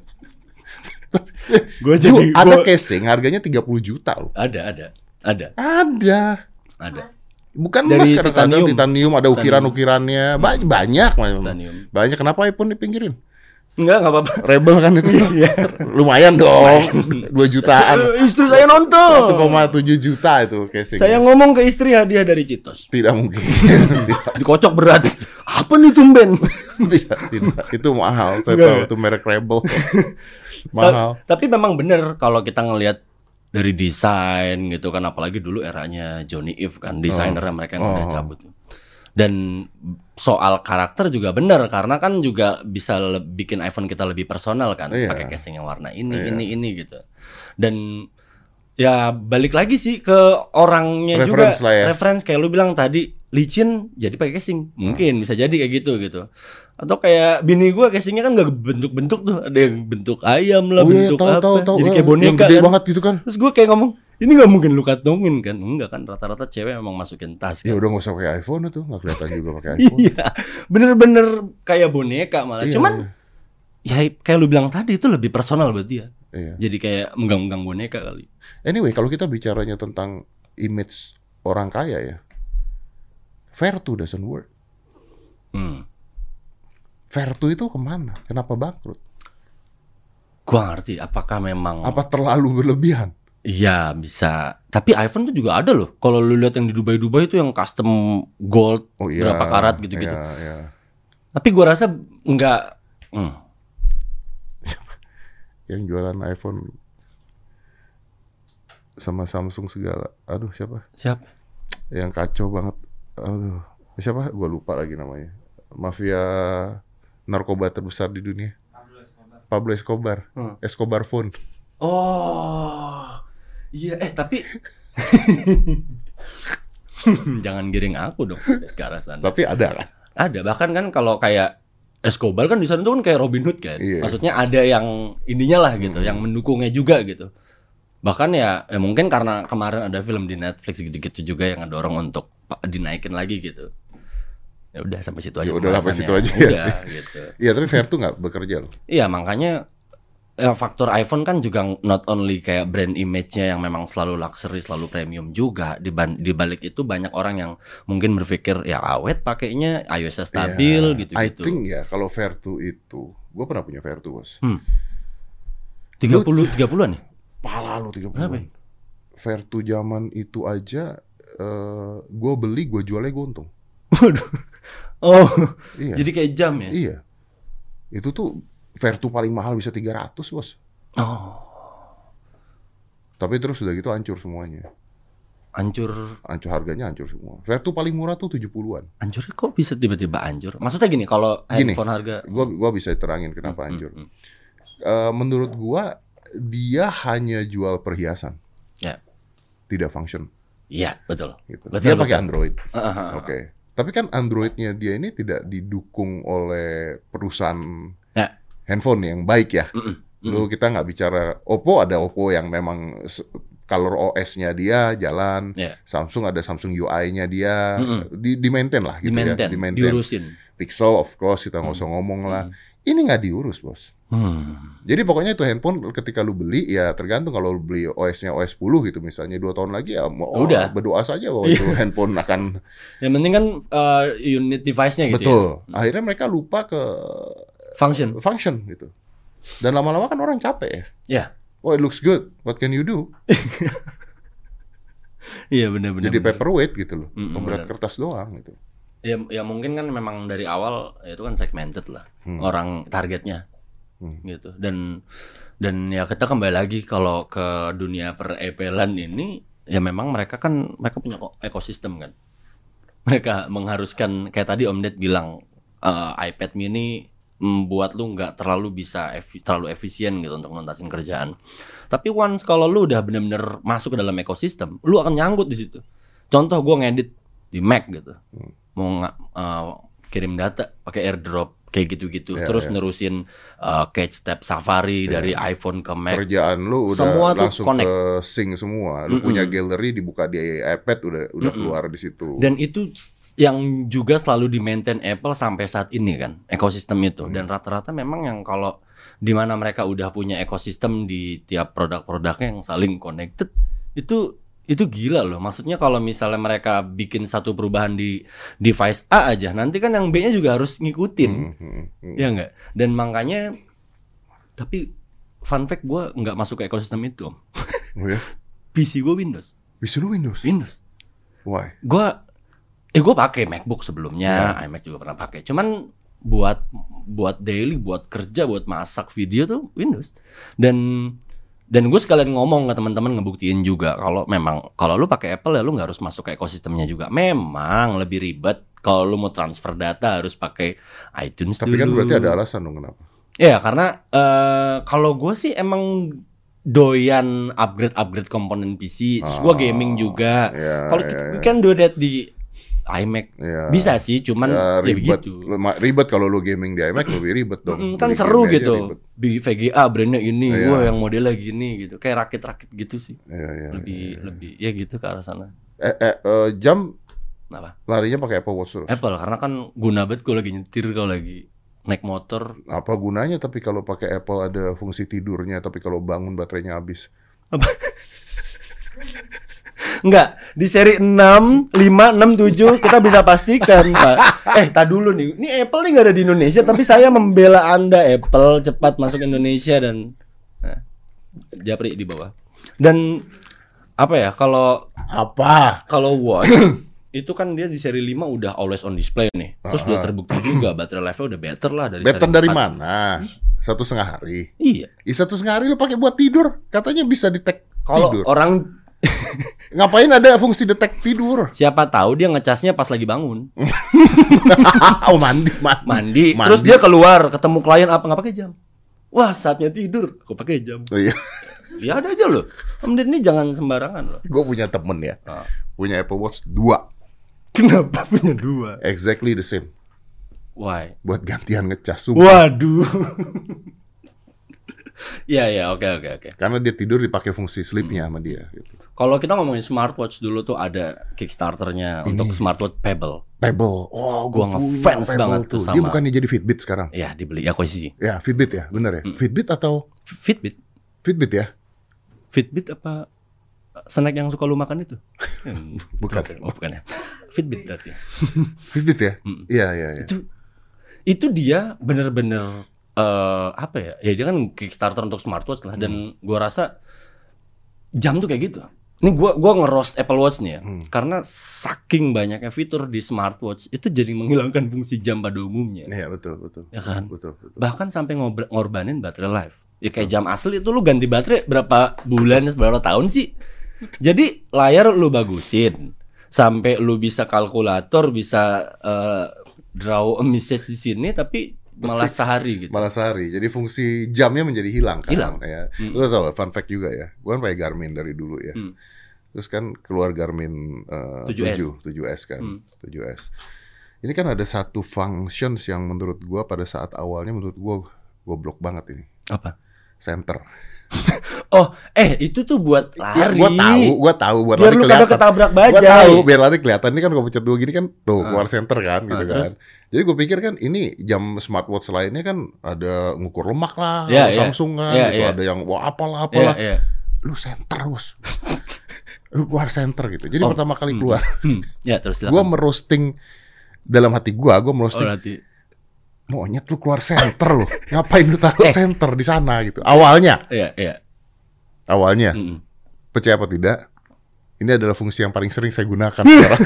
Gue Ju, jadi ada gua- casing harganya tiga puluh juta loh. ada ada ada Ada. ada. Bukan Dari emas, kadang-kadang titanium. titanium, ada ukiran-ukirannya. Ba- banyak, Titanium. banyak. Kenapa iPhone dipinggirin? Enggak enggak apa-apa. Rebel kan itu. Iya. Lumayan dong. dua jutaan. Istri saya satu nonton. koma tujuh juta itu casing. Saya ngomong ke istri hadiah dari Citos. Tidak mungkin. Dikocok berat. Apa nih tumben? tidak, tidak. Itu mahal. Saya Enggak, tahu enggak. itu merek Rebel. mahal. Ta- Tapi memang bener kalau kita ngelihat dari desain gitu kan, apalagi dulu eranya Johnny Ive kan, desainernya mereka yang udah Oh. cabut. Dan soal karakter juga bener, karena kan juga bisa le- bikin iPhone kita lebih personal kan, Iya. pakai casing yang warna ini, Iya. ini, ini gitu. Dan ya balik lagi sih ke orangnya Reference juga, lah ya. reference kayak lu bilang tadi, licin jadi pakai casing, mungkin bisa jadi kayak gitu gitu. Atau kayak bini gua casingnya kan nggak bentuk-bentuk tuh, ada yang bentuk ayam lah, Oh iya, bentuk tahu apa, tahu tahu. jadi Eh, kayak yang boneka gede kan. banget gitu kan. Terus gue kayak ngomong, ini nggak mungkin lu kantongin kan? Enggak kan, rata-rata cewek memang masukin tas Ya kan. udah nggak usah pakai iPhone itu, nggak kelihatan juga pakai iPhone. Iya, bener-bener kayak boneka malah. Iya, Cuman ya kayak lu bilang tadi itu lebih personal buat dia. Iya. Jadi kayak menggang-menggang boneka kali. Anyway, kalau kita bicaranya tentang image orang kaya ya, Vertu doesn't work. Hmm. Vertu itu kemana? Kenapa bangkrut? Gua ngerti apakah memang Apa terlalu berlebihan? iya bisa. Tapi iPhone tuh juga ada loh. Kalau lu lihat yang di Dubai-Dubai itu yang custom gold Oh iya. berapa karat gitu-gitu. Iya, iya. Tapi gua rasa enggak hmm. Yang jualan iPhone sama Samsung segala. Aduh, siapa? Siapa? Yang kacau banget. Aduh, siapa? Gua lupa lagi namanya. Mafia narkoba terbesar di dunia. Pablo Escobar. Hmm. Escobar Phone. Oh, iya eh tapi jangan giring aku dong ke arah sana. Tapi ada kan? Ada bahkan kan kalau kayak Escobar kan di sana tuh kan kayak Robin Hood kan. Iya. Maksudnya ada yang ininya lah gitu, Hmm. yang mendukungnya juga gitu. Bahkan ya, ya mungkin karena kemarin ada film di Netflix gitu-gitu juga yang ngedorong untuk pa- dinaikin lagi gitu. Ya udah sampai situ aja. Ya udah sampai pembahasannya. situ aja ya. Udah gitu. Iya, tapi Vertu nggak bekerja loh. Iya makanya eh, faktor iPhone kan juga not only kayak brand image-nya yang memang selalu luxury, selalu premium juga. Di, ban- di balik itu banyak orang yang mungkin berpikir ya awet pakainya, iOS-nya stabil Ya, gitu-gitu. I think ya kalau Vertu itu, gue pernah punya Vertu bos. Hmm. tiga puluh tiga puluhan nih? Pala lu tiga Berapa puluh. Vertu zaman itu aja, eh gue beli, gue jualnya gue untung. Waduh. Oh. Iya. Jadi kayak jam ya? Iya. Itu tuh Vertu paling mahal bisa tiga ratus bos. Oh. Tapi terus udah gitu hancur semuanya. Hancur. Hancur harganya hancur semua. Vertu paling murah tuh tujuh puluhan. Hancurnya kok bisa tiba-tiba hancur? Maksudnya gini, kalau Gini. handphone harga Gua gua bisa terangin kenapa Hmm, hancur. hmm, hmm. Eh, menurut gua dia hanya jual perhiasan. Ya. Tidak function Iya, betul. gitu. Betul, Dia pakai betul. Android. Ah, ah, ah. Oke. Tapi kan Androidnya dia ini tidak didukung oleh perusahaan Ya. handphone yang baik ya. Mm-mm, mm-mm. Lu kita nggak bicara Oppo, ada Oppo yang memang s- color O S-nya dia jalan. Ya. Samsung ada Samsung U I-nya dia. Mm-mm. Di, di maintain lah gitu Di-maintain, ya. Di maintain. diurusin. Pixel of course kita nggak usah ngomong lah. Ini nggak diurus bos. Hmm. Jadi pokoknya itu handphone ketika lu beli ya tergantung, kalau lu beli O S-nya O S sepuluh gitu misalnya dua tahun lagi ya mau oh, Udah. berdoa saja bahwa itu handphone akan Yang penting kan uh, unit device-nya gitu betul. ya. Akhirnya mereka lupa ke Function. function gitu. Dan lama-lama kan orang capek ya. Ya. Oh, it looks good. What can you do? Iya benar-benar. Jadi paperweight gitu loh, Mm-mm, pemberat benar. kertas doang gitu. Ya, ya mungkin kan memang dari awal itu kan segmented lah Hmm. orang targetnya, Hmm. gitu. Dan dan ya kita kembali lagi kalau ke dunia per-epelan ini, ya memang mereka kan mereka punya ko- ekosistem kan. Mereka mengharuskan kayak tadi Om Ded bilang eh, iPad mini membuat lu nggak terlalu bisa efi- terlalu efisien gitu untuk nuntasin kerjaan. Tapi once kalau lu udah bener-bener masuk ke dalam ekosistem, lu akan nyangkut di situ. Contoh gue ngedit di Mac gitu, mau nga- eh, kirim data pakai AirDrop kayak gitu-gitu, Ya, terus ya. nerusin eh, Catch Tab Safari dari iPhone ke Mac. Kerjaan lu udah Semua tuh langsung connect. ke sync semua. Lu Mm-mm. punya gallery dibuka di iPad udah udah Mm-mm. keluar di situ. Dan itu yang juga selalu di-maintain Apple sampai saat ini kan, ekosistem itu. Dan rata-rata memang yang kalau di mana mereka udah punya ekosistem di tiap produk-produknya yang saling connected, itu itu gila loh. Maksudnya kalau misalnya mereka bikin satu perubahan di device A aja, nanti kan yang B-nya juga harus ngikutin. Hmm, hmm, hmm. Ya enggak? Dan makanya tapi fun fact gue nggak masuk ke ekosistem itu, Om. Oh ya? P C gue Windows. Bisa lu Windows? Windows. Why? Gue eh gue pakai MacBook sebelumnya, iMac juga pernah pakai. Cuman buat buat daily, buat kerja, buat masak video tuh Windows. Dan dan gue sekalian ngomong ke teman-teman ngebuktiin juga kalau memang kalau lu pakai Apple ya lu nggak harus masuk ke ekosistemnya juga. Memang lebih ribet kalau lu mau transfer data harus pakai iTunes Tapi dulu. kan berarti ada alasan dong kenapa? Ya karena eh, kalau gue sih emang doyan upgrade-upgrade komponen P C. Terus gue Ah, gaming juga. ya, Kalau ya, kita ya. we can do that di iMac Ya. bisa sih, cuman Ya, ya ribet. begitu. Lema- Ribet kalau lu gaming di iMac lebih ribet dong. Mm, kan Beli seru game aja gitu. ribet. Di V G A brandnya ini, Iya. wah yang modelnya gini gitu. Kayak rakit-rakit gitu sih. Iya, iya, lebih iya. lebih ya gitu ke arah sana. Eh, eh, eh, jam Kenapa? larinya pakai Apple Watch terus. Apple karena kan guna banget kalau lagi nyetir, kalau lagi naik motor. Apa gunanya tapi kalau pakai Apple ada fungsi tidurnya tapi kalau bangun baterainya habis. Enggak, di seri enam, lima, enam, tujuh kita bisa pastikan, Pak. Eh, tak dulu nih. Ini Apple nih nggak ada di Indonesia, tapi saya membela Anda Apple cepat masuk Indonesia dan nah, Japri di bawah. Dan apa ya, kalau Apa? kalau watch itu kan dia di seri lima udah always on display nih. Terus udah terbukti juga baterai life-nya udah better lah dari Better seri dari empat. mana? Satu setengah hari. Iya. Ih, satu setengah hari lu pakai buat tidur. Katanya bisa detect Kalau tidur. orang Ngapain ada fungsi detect tidur? siapa tahu dia ngecasnya pas lagi bangun. oh mandi, mandi. Mandi, Mandi. terus dia keluar ketemu klien apa nggak pakai jam. Wah, saatnya tidur, aku pakai jam. Oh, iya. Lihat aja loh. Om Ded ini jangan sembarangan loh. Gue punya temen ya, Ah. punya Apple Watch dua, Kenapa punya dua? exactly the same. Why? Buat gantian ngecas sumpah. Waduh. Ya ya, oke oke oke. Karena dia tidur dipakai fungsi sleepnya sama dia. Gitu. Kalau kita ngomongin smartwatch dulu tuh ada Kickstarternya untuk smartwatch Pebble. Pebble, oh Gua gua punya ngefans Pebble banget tuh Dia sama- bukannya jadi Fitbit sekarang? Ya dibeli akuisisi. Ya Fitbit ya, bener ya. Fitbit atau Fitbit. Fitbit ya? Fitbit apa snack yang suka lu makan itu? Bukan. Oh, bukan ya. Fitbit berarti. Fitbit ya? Iya iya iya. Itu itu dia bener-bener eh apa ya? Ya dia kan Kickstarter untuk smartwatch lah dan gua rasa jam tuh kayak gitu. Ini gua gua nge-roast Apple Watch nih ya. Karena saking banyaknya fitur di smartwatch itu jadi menghilangkan fungsi jam pada umumnya. Iya betul betul. Ya kan? Betul betul. Bahkan sampai ngobr- ngorbanin baterai life. Ya kayak jam asli itu lu ganti baterai berapa bulan, berapa tahun sih? Jadi layar lu bagusin sampai lu bisa kalkulator, bisa eh, draw a message di sini tapi malah sehari gitu. Malah sehari. Jadi fungsi jamnya menjadi hilang kan. Hilang. Ya. Hmm. Lu tau fun fact juga ya. Gua kan pakai Garmin dari dulu ya. Hmm. Terus kan keluar Garmin uh, tujuh S. tujuh, tujuh S kan. Hmm. tujuh S. Ini kan ada satu functions yang menurut gua pada saat awalnya menurut gua goblok banget ini. Apa? Center. Oh, eh itu tuh buat Ya, lari. gua tahu, gua tahu buat Biar lari lu kelihatan. kagak ketabrak Gua bajai. tahu biar lari kelihatan. Ini kan kalau pencet dua gini kan tuh Ah. keluar center kan gitu Ah, terus? kan. Jadi gue pikir kan ini jam smartwatch lainnya kan ada ngukur lemak lah, Ya, ada ya. Samsung kan, Ya, gitu. ya. ada yang wah apalah Iya, apalah. iya. Lu center bos. Lu keluar center gitu. Jadi Oh, pertama kali hmm. keluar, Hmm. Ya, terus gua silakan. merosting dalam hati gua, gua Oh, merosting. nanti. Monyet lu keluar center lu. Ngapain lu taruh Eh. center di sana gitu. Awalnya, Iya, iya. awalnya Mm-mm. percaya apa tidak? Ini adalah fungsi yang paling sering saya gunakan sekarang.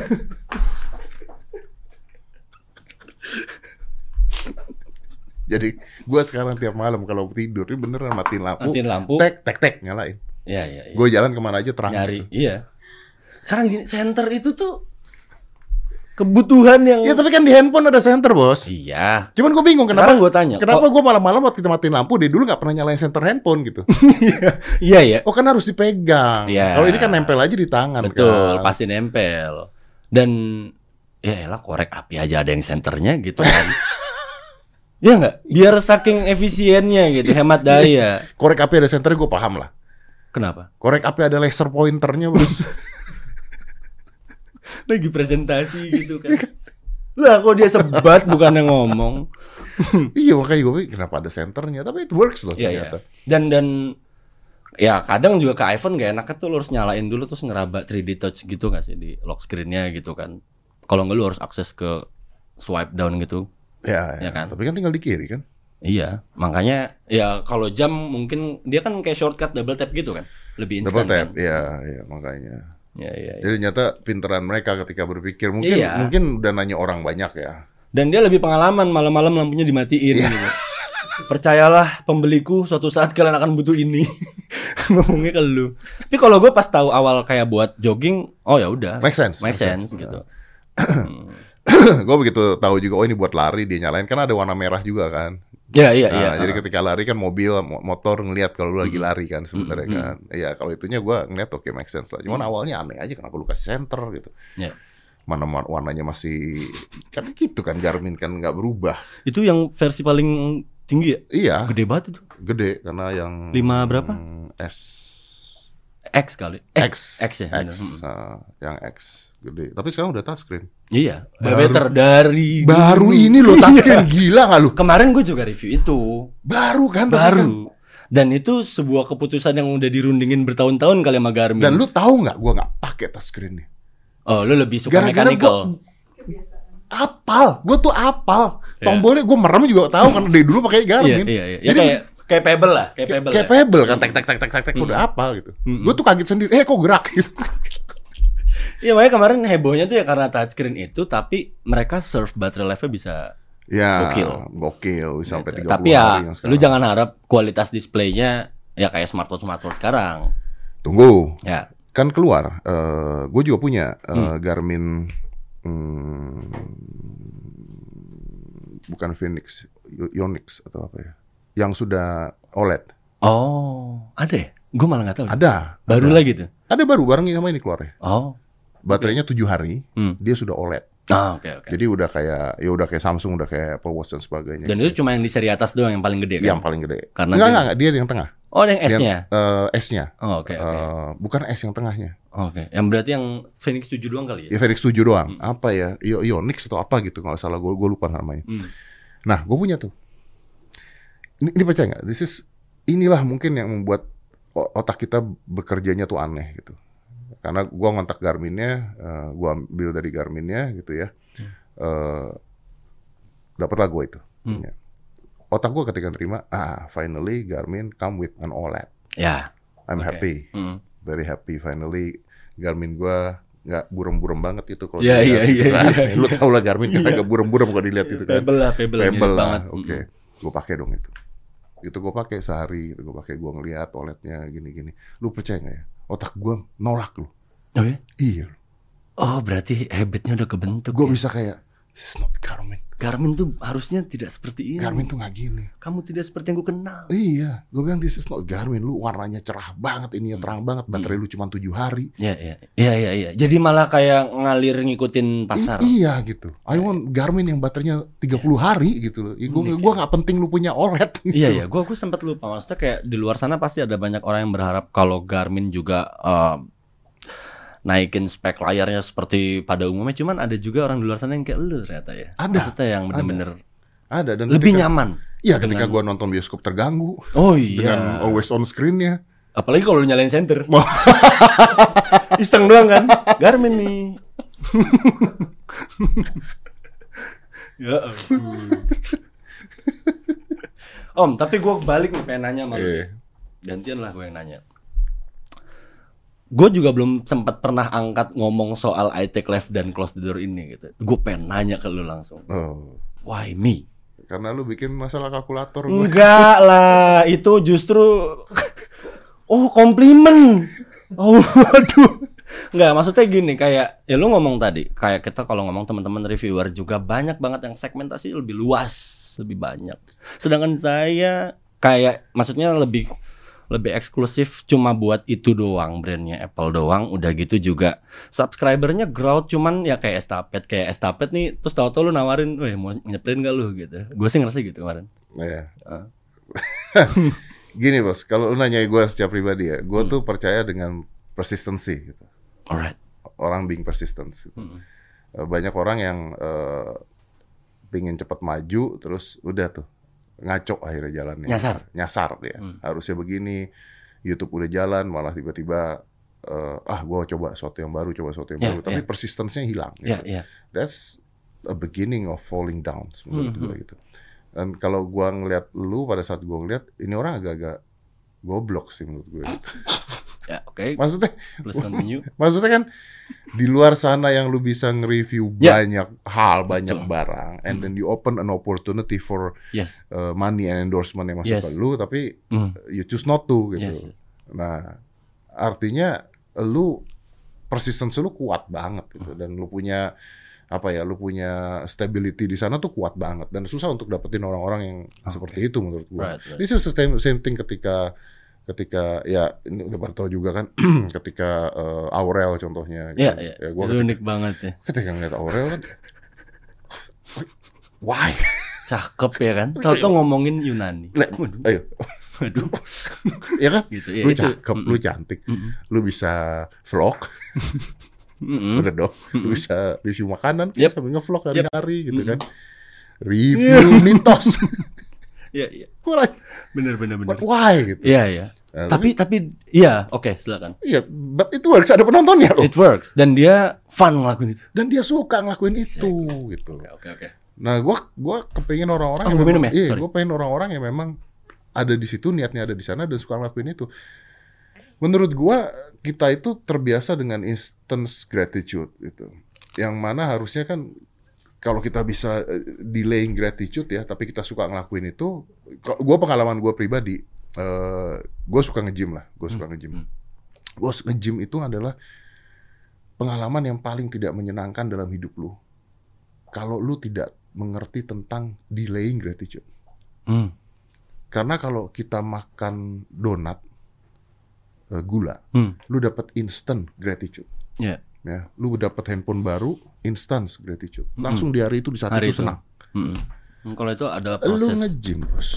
Jadi gue sekarang tiap malam kalau tidur ini beneran matiin lampu, Matiin lampu. tek tek tek nyalain. Iya, iya, iya. Gue jalan kemana aja terang. Nyari, iya. Sekarang gini, center itu tuh kebutuhan yang Ya tapi kan di handphone ada center bos. iya. Cuman gue bingung kenapa Sekarang gue tanya, kenapa kok- gue malam-malam waktu kita matiin lampu dia dulu nggak pernah nyalain center handphone gitu. Iya, iya. Oh kan harus dipegang. Iya. Kalau ini kan nempel aja di tangan. Betul, kan. pasti nempel. Dan ya elah korek api aja ada yang senternya gitu kan. Iya nggak? Biar saking efisiennya gitu, hemat daya. Korek api ada senternya gue paham lah. Kenapa? Korek api ada laser pointernya bos. Lagi presentasi gitu kan. Lah kok dia sebat bukannya ngomong. Iya makanya gue pikir kenapa ada senternya. Tapi it works loh Iya, iya. ternyata. Dan dan ya kadang juga ke iPhone gak enaknya tuh lu harus nyalain dulu terus ngeraba three D touch gitu gak sih di lock screen-nya gitu kan. Kalau enggak lu harus akses ke swipe down gitu. Ya, Ya kan? Tapi kan tinggal di kiri kan. Iya, makanya ya kalau jam mungkin dia kan kayak shortcut double tap gitu kan. Lebih Double instan tap. kan. Iya, iya makanya. Iya, iya, iya. Jadi ternyata pinteran mereka ketika berpikir mungkin Iya. mungkin udah nanya orang banyak ya. Dan dia lebih pengalaman malam-malam lampunya dimatiin Iya. gitu. Percayalah pembeliku suatu saat kalian akan butuh ini. Ngomongnya ke lu. Tapi kalau gue pas tahu awal kayak buat jogging, oh ya udah. Make sense. Make sense gitu. Gue begitu tahu juga oh ini buat lari dia nyalain kan ada warna merah juga kan. Ya iya Nah, iya. jadi ketika lari kan mobil mo- motor ngelihat kalau lu lagi lari kan sebenarnya Mm-mm. kan. Iya kalau itunya gue ngeliat oke make sense lah. Cuman awalnya aneh aja kenapa lu kasih center gitu. Ya. Mana ma- warnanya masih kan gitu kan Garmin kan nggak berubah. Itu yang versi paling tinggi ya? Iya Gede banget itu. gede karena yang Lima berapa? hmm, S X kali. X X ya, X bener. ah, yang X gede. Tapi sekarang udah touchscreen. Iya. Baru- Better dari Baru dulu. ini lo touchscreen gila nggak lu? Kemarin gue juga review itu. Baru kan? tapi kan- Baru. Dan itu sebuah keputusan yang udah dirundingin bertahun-tahun kali sama Garmin. Dan lu tahu nggak? Gua nggak pakai touchscreennya. Oh, lu lebih suka Gara-gara mechanical. Apal, gue tuh apal. Iya. Tombolnya gue merem juga tahu kan dari dulu pakai Iya, Garmin. iya, iya. Ya Jadi kayak kayak Pebble lah, kayak Pebble. kayak ya. Pebble kan tek tek tek tek tek tek udah Mm. apal gitu. Mm-mm. Gue tuh kaget sendiri. Eh kok gerak gitu. Iya, makanya kemarin hebohnya tuh ya karena touchscreen itu, tapi mereka serve battery life-nya bisa. Ya, Gokil. gokil sampai gitu. tiga puluh Tapi hari ya, yang sekarang. lu jangan harap kualitas displaynya ya kayak smartphone smartphone sekarang. Tunggu, Ya. kan keluar. Eh gue juga punya eh, Hmm. Garmin hmm, bukan Phoenix, Yo- Yonex atau apa ya? Yang sudah O L E D. Oh, ada ya? Gue malah nggak tahu. Ada. Baru ada. lagi tuh. Ada baru bareng sama ini keluarnya. Oh. Baterainya tujuh hari, Hmm. dia sudah O L E D. Ah, oke oke. Jadi udah kayak ya udah kayak Samsung, udah kayak Apple Watch dan sebagainya. Dan itu cuma yang di seri atas doang yang paling gede kan? yang paling gede. Karena enggak, dia- enggak, enggak, dia yang tengah. Oh, ada yang S-nya. Yang, eh, S-nya. Oh, oke oke. Eh, bukan S yang tengahnya. Oke. Yang berarti yang Phoenix tujuh doang kali ya? Ya Phoenix tujuh doang. Hmm. Apa ya? Io- Ionix atau apa gitu kalau salah gue gue lupa namanya. Hmm. Nah, gue punya tuh. Ini, ini percaya nggak? This is inilah mungkin yang membuat o- otak kita bekerjanya tuh aneh gitu. Karena gue ngontak Garminnya, uh, gue ambil dari Garminnya gitu ya. Uh, dapatlah gue itu. Hmm. Ya. Otak gue ketika terima, ah finally Garmin come with an O L E D. Ya. I'm Oke. happy, Hmm. very happy. Finally Garmin gue nggak buram-buram banget itu kalau Iya, dilihat iya, gitu iya, kan. iya, Lu iya. tau lah Garmin kan Iya. agak buram-buram kalau dilihat itu kan. Pebble lah, Pebble, Pebble mirip lah, banget. oke. Gue pakai dong itu. Itu gue pakai sehari, itu gue pakai gue ngeliat O L E D-nya gini-gini. Lu percaya nggak ya? Otak gue nolak lu. Oh ya? Iya. Oh, berarti habitnya udah kebentuk. Gue ya? bisa kayak, this is not Garmin. Garmin tuh harusnya tidak seperti ini. Garmin tuh nggak gini. Kamu tidak seperti yang gue kenal. Iya, gue bilang this is not Garmin. Lu warnanya cerah banget, ininya terang banget. Baterai Hmm. lu cuma tujuh hari. Iya, iya. Iya, iya, iya. Jadi malah kayak ngalir ngikutin pasar. I- iya gitu. I want Garmin yang baterainya tiga puluh hari gitu loh. Gue Unik, gue nggak penting lu punya O L E D. Gitu. Iya, iya. Gue gue sempat lupa. Maksudnya kayak di luar sana pasti ada banyak orang yang berharap kalau Garmin juga eh, naikin spek layarnya seperti pada umumnya. Cuman ada juga orang di luar sana yang kayak lu ternyata ya. Ada. Maksudnya yang bener-bener Ada dan lebih ketika- nyaman. Iya, ketika dengan- gue nonton bioskop terganggu Oh iya. dengan always on screen-nya. Apalagi kalau lu nyalain center. Iseng doang kan? Garmin nih. Ya ampun. Om, tapi gue balik nih pengen nanya sama lu. Iya. Gantian lah gue yang nanya. gue juga belum sempat pernah angkat ngomong soal I take left dan close the door ini gitu. Gue pengen nanya ke lu langsung. Oh. Why me? Karena lu bikin masalah kalkulator gue. Enggak lah, itu justru oh komplimen. Oh waduh. Enggak, maksudnya gini, kayak ya lu ngomong tadi, kayak kita kalau ngomong teman-teman reviewer juga banyak banget yang segmentasi lebih luas, lebih banyak. Sedangkan saya kayak maksudnya lebih lebih eksklusif cuma buat itu doang, brandnya Apple doang. Udah gitu juga subscribernya growth cuman ya kayak estafet, kayak estafet nih. Terus tahu-tahu lu nawarin, weh mau nyeprin gak lu gitu. Gue sih ngerasa gitu kemarin. Iya. Uh. Gini bos, kalau lu nanya gue secara pribadi ya, gue Hmm. tuh percaya dengan persistency gitu. Alright. Orang being persistent gitu. Hmm. Banyak orang yang uh, pengen cepat maju, terus udah tuh ngaco akhirnya jalannya. Nyasar. Nyasar dia. Hmm. Harusnya begini, YouTube udah jalan, malah tiba-tiba uh, ah gue coba sesuatu yang baru, coba sesuatu yang Yeah, baru, tapi yeah. persistence-nya hilang. Ya, Gitu. ya. That's a beginning of falling down menurut Hmm, gue gitu. Dan kalau gue ngeliat lu pada saat gue ngeliat ini orang agak-agak goblok sih menurut gue. Gitu. Ya, oke. Maksudnya, Please continue. maksudnya kan di luar sana yang lu bisa nge-review Ya. banyak hal, banyak Betul. barang, and Hmm. then you open an opportunity for Yes. uh, money and endorsement yang masuk Yes. ke lu, tapi Hmm. you choose not to gitu. Yes. Nah, artinya lu persistence lu kuat banget gitu, dan lu punya apa ya, lu punya stability di sana tuh kuat banget, dan susah untuk dapetin orang-orang yang Okay. seperti itu menurut gua. Right, right. This is the same, same thing ketika ketika ya ini udah pada tahu juga kan ketika uh, Aurel contohnya gitu. Iya, iya. Ya, gua Itu ketika, unik banget ya. ketika ngeliat Aurel kan why? Cakep ya kan? Tahu-tahu ngomongin Yunani. Lah, Waduh. ayo. Waduh. Ya kan? Gitu ya. Lu itu. cakep, lu cantik, Mm-mm. lu bisa vlog, Mm-mm. udah dong, lu Mm-mm. bisa review makanan, Yep. sambil ngevlog hari-hari gitu Mm-mm. kan, review mitos, Iya, iya. Why? Bener, bener, bener. But why gitu? Iya, iya. Nah, Tapi, tapi, iya, oke, silakan. iya, but it works, ada penontonnya loh, It works. Dan dia fun ngelakuin itu. dan dia suka ngelakuin itu gitu. Oke, oke, oke. Nah, gua gua kepengen orang-orang Oh, yang gua minum memang- ya? iya, Sorry. gua pengen orang-orang yang memang ada di situ, niatnya ada di sana dan suka ngelakuin itu. Menurut gua kita itu terbiasa dengan instant gratitude gitu. Yang mana harusnya kan kalau kita bisa eh, delaying gratitude ya, tapi kita suka ngelakuin itu. Kalau gua pengalaman gua pribadi, eh gua suka nge-gym lah, gua suka Hmm, nge-gym. hmm. Gua nge-gym itu adalah pengalaman yang paling tidak menyenangkan dalam hidup lu. Kalau lu tidak mengerti tentang delaying gratitude. Hmm. Karena kalau kita makan donat eh, gula, Hmm. lu dapat instant gratitude. Iya. Ya, lu dapat handphone baru, instant gratitude. Mm-mm. Langsung di hari itu di saat Hari itu itu. senang. Mm-mm. Hmm, Kalau itu ada Lu proses. nge-gym, Bos.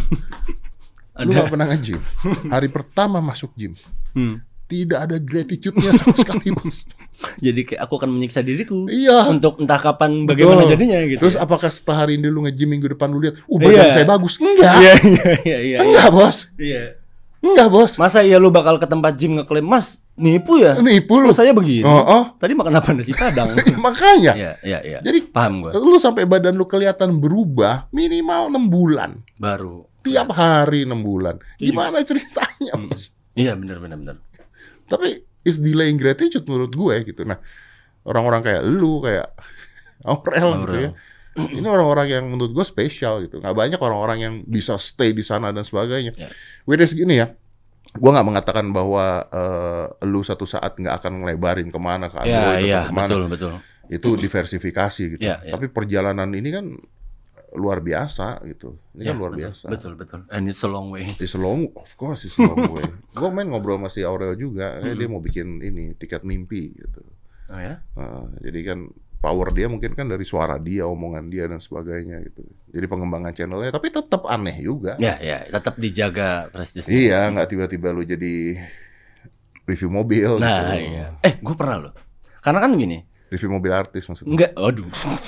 Lu Ada. gak pernah nge-gym. Hari pertama masuk gym, Hmm. tidak ada gratitude-nya sama sekali, Bos. Jadi kayak aku akan menyiksa diriku Iya. untuk entah kapan bagaimana Betul. jadinya gitu. Terus ya. apakah setelah hari ini lu nge-gym minggu depan lu lihat, "Uh, badan Iya. saya bagus." Enggak. Iya, iya, iya, iya. Enggak, Bos. Iya. Enggak, Bos. Masa iya lu bakal ke tempat gym ngeklaim, "Mas, nipu ya?" Nipu Lu lu. saya begini. Oh, oh. Tadi makan apa nasi padang? Makanya. Iya, iya, iya. Jadi Paham gua. lu sampai badan lu kelihatan berubah minimal enam bulan. Baru. Tiap hari enam bulan. Itu Gimana ceritanya, Mm. Bos? Iya, benar benar benar. Tapi is delaying gratitude menurut gue gitu. Nah, orang-orang kayak lu, kayak Aurel gitu ya. Ini orang-orang yang menurut gue spesial gitu. Nggak banyak orang-orang yang bisa stay di sana dan sebagainya. Ya. Whereas gini ya, gue nggak mengatakan bahwa eh, lu satu saat nggak akan ngelebarin kemana, ke Iya, Android iya, atau kemana. betul betul. Itu diversifikasi gitu. Ya, ya. Tapi perjalanan ini kan luar biasa gitu. Ini Ya, kan luar betul, biasa. Betul betul. And it's a long way. It's a long, of course it's a long way. Gue main ngobrol sama si Aurel juga, eh, dia Mm-mm. mau bikin ini tiket mimpi gitu. Oh ya? Nah, jadi kan power dia mungkin kan dari suara dia, omongan dia dan sebagainya gitu. Jadi pengembangan channelnya, tapi tetap aneh juga. Ya, ya, tetap dijaga prestisnya. Iya, nggak tiba-tiba lu jadi review mobil. Nah, gitu. iya. Eh, gue pernah loh. Karena kan gini, Review mobil artis maksudnya. enggak, aduh.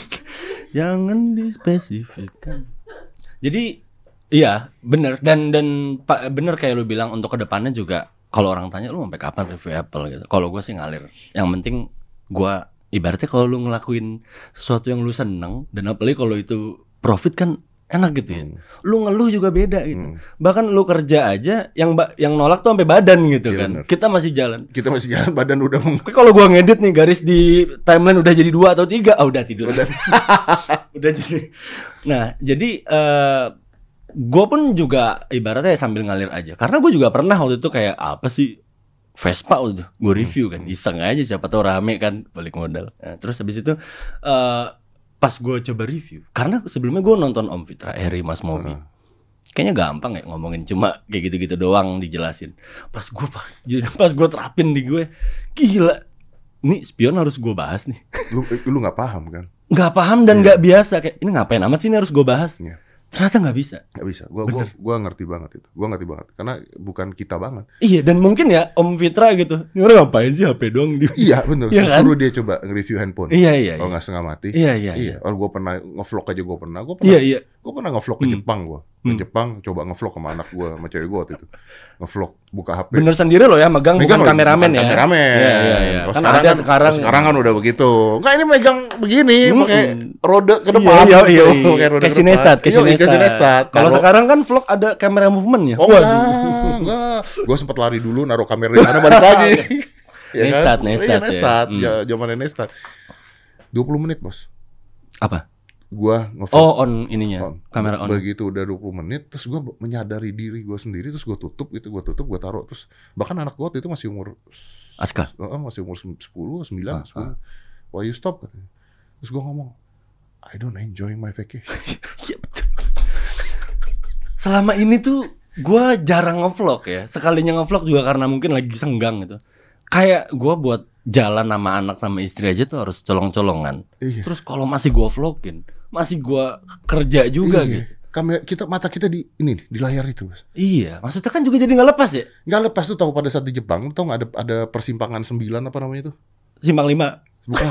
Jangan dispesifikkan. Jadi, iya, bener dan dan pa- bener kayak lu bilang untuk kedepannya juga. Kalau orang tanya lu sampai kapan review Apple gitu. Kalau gue sih ngalir. Yang penting gue ibaratnya kalau lu ngelakuin sesuatu yang lu seneng dan apalagi kalau itu profit kan enak gitu ya. Hmm. Lu ngeluh juga beda gitu. Hmm. Bahkan lu kerja aja yang ba- yang nolak tuh sampai badan gitu Iya, kan. bener. Kita masih jalan. Kita masih jalan badan udah meng- Tapi kalau gua ngedit nih garis di timeline udah jadi dua atau tiga, ah udah tidur. Udah, udah jadi. Nah, jadi eh gue pun juga ibaratnya sambil ngalir aja. Karena gue juga pernah waktu itu kayak apa sih Vespa waktu itu gue review kan, iseng aja siapa tahu rame kan balik modal. Nah, terus habis itu uh, pas gue coba review, karena sebelumnya gue nonton Om Fitra, Eri Mas Mobi. Kayaknya gampang ya ngomongin cuma kayak gitu-gitu doang dijelasin. Pas gue pas gue terapin di gue, gila. Ini spion harus gue bahas nih. lu lu nggak paham kan? Nggak paham dan nggak biasa kayak ini ngapain amat sih ini harus gue bahas. Iya. Ternyata nggak bisa. Nggak bisa. Gua, gua gua ngerti banget itu. Gua ngerti banget karena bukan kita banget. Iya, dan mungkin ya Om Fitra gitu. Ini orang ngapain sih H P doang di. Iya bener. Iya kan? Suruh dia coba nge-review handphone. Iya iya. Kalau iya. nggak setengah mati. Iya iya. Iya. iya. Kalau gua pernah nge-vlog aja gua pernah. Gua pernah. Iya iya. Gua pernah nge-vlog ke Hmm. Jepang gua. Ke Hmm. Jepang coba nge-vlog sama anak gua, sama cewek gua waktu itu. Nge-vlog buka H P. Bener sendiri loh ya, megang, Megang bukan loh, kameramen bukan ya. Kameramen. Iya iya iya. Kalau Kan sekarang ada kan, sekarang. sekarang kan udah begitu. Enggak ini megang begini, Hmm. pakai rode ke Iya depan. iya iya. gitu. Pakai rode Kayak ke depan. Sinestat, kayak Iya, kayak Sinestat. Sinestat. Kalau Naruh- sekarang kan vlog ada kamera movement ya. Oh enggak, enggak. Gue sempat lari dulu naruh kamera di mana balik lagi. Ya Nestat, kan? Nestat Iya, ya. Nestat. Hmm. Ya, zamannya Nestat. dua puluh menit, Bos. Apa? Gua nge-vlog. Oh, on ininya. on. Kamera on. Begitu udah dua puluh menit terus gua menyadari diri gua sendiri terus gua tutup gitu, gua tutup, gua taruh terus bahkan anak gua waktu itu masih umur Aska. oh, masih umur sepuluh, sembilan, Ah, sepuluh. Why you stop? Katanya. Terus gua ngomong, I don't enjoy my vacation. Iya betul. Selama ini tuh gua jarang ngevlog ya. Sekalinya ngevlog juga karena mungkin lagi senggang gitu. Kayak gua buat jalan sama anak sama istri aja tuh harus colong-colongan. Iya. Terus kalau masih gua vlogin, masih gua kerja juga Iya. gitu. Kamera kita mata kita di ini nih, di layar itu, Bos. Iya, maksudnya kan juga jadi nggak lepas ya. Nggak lepas tuh tahu pada saat di Jepang, lu tahu nggak ada ada persimpangan sembilan apa namanya itu? Simpang lima. Bukan.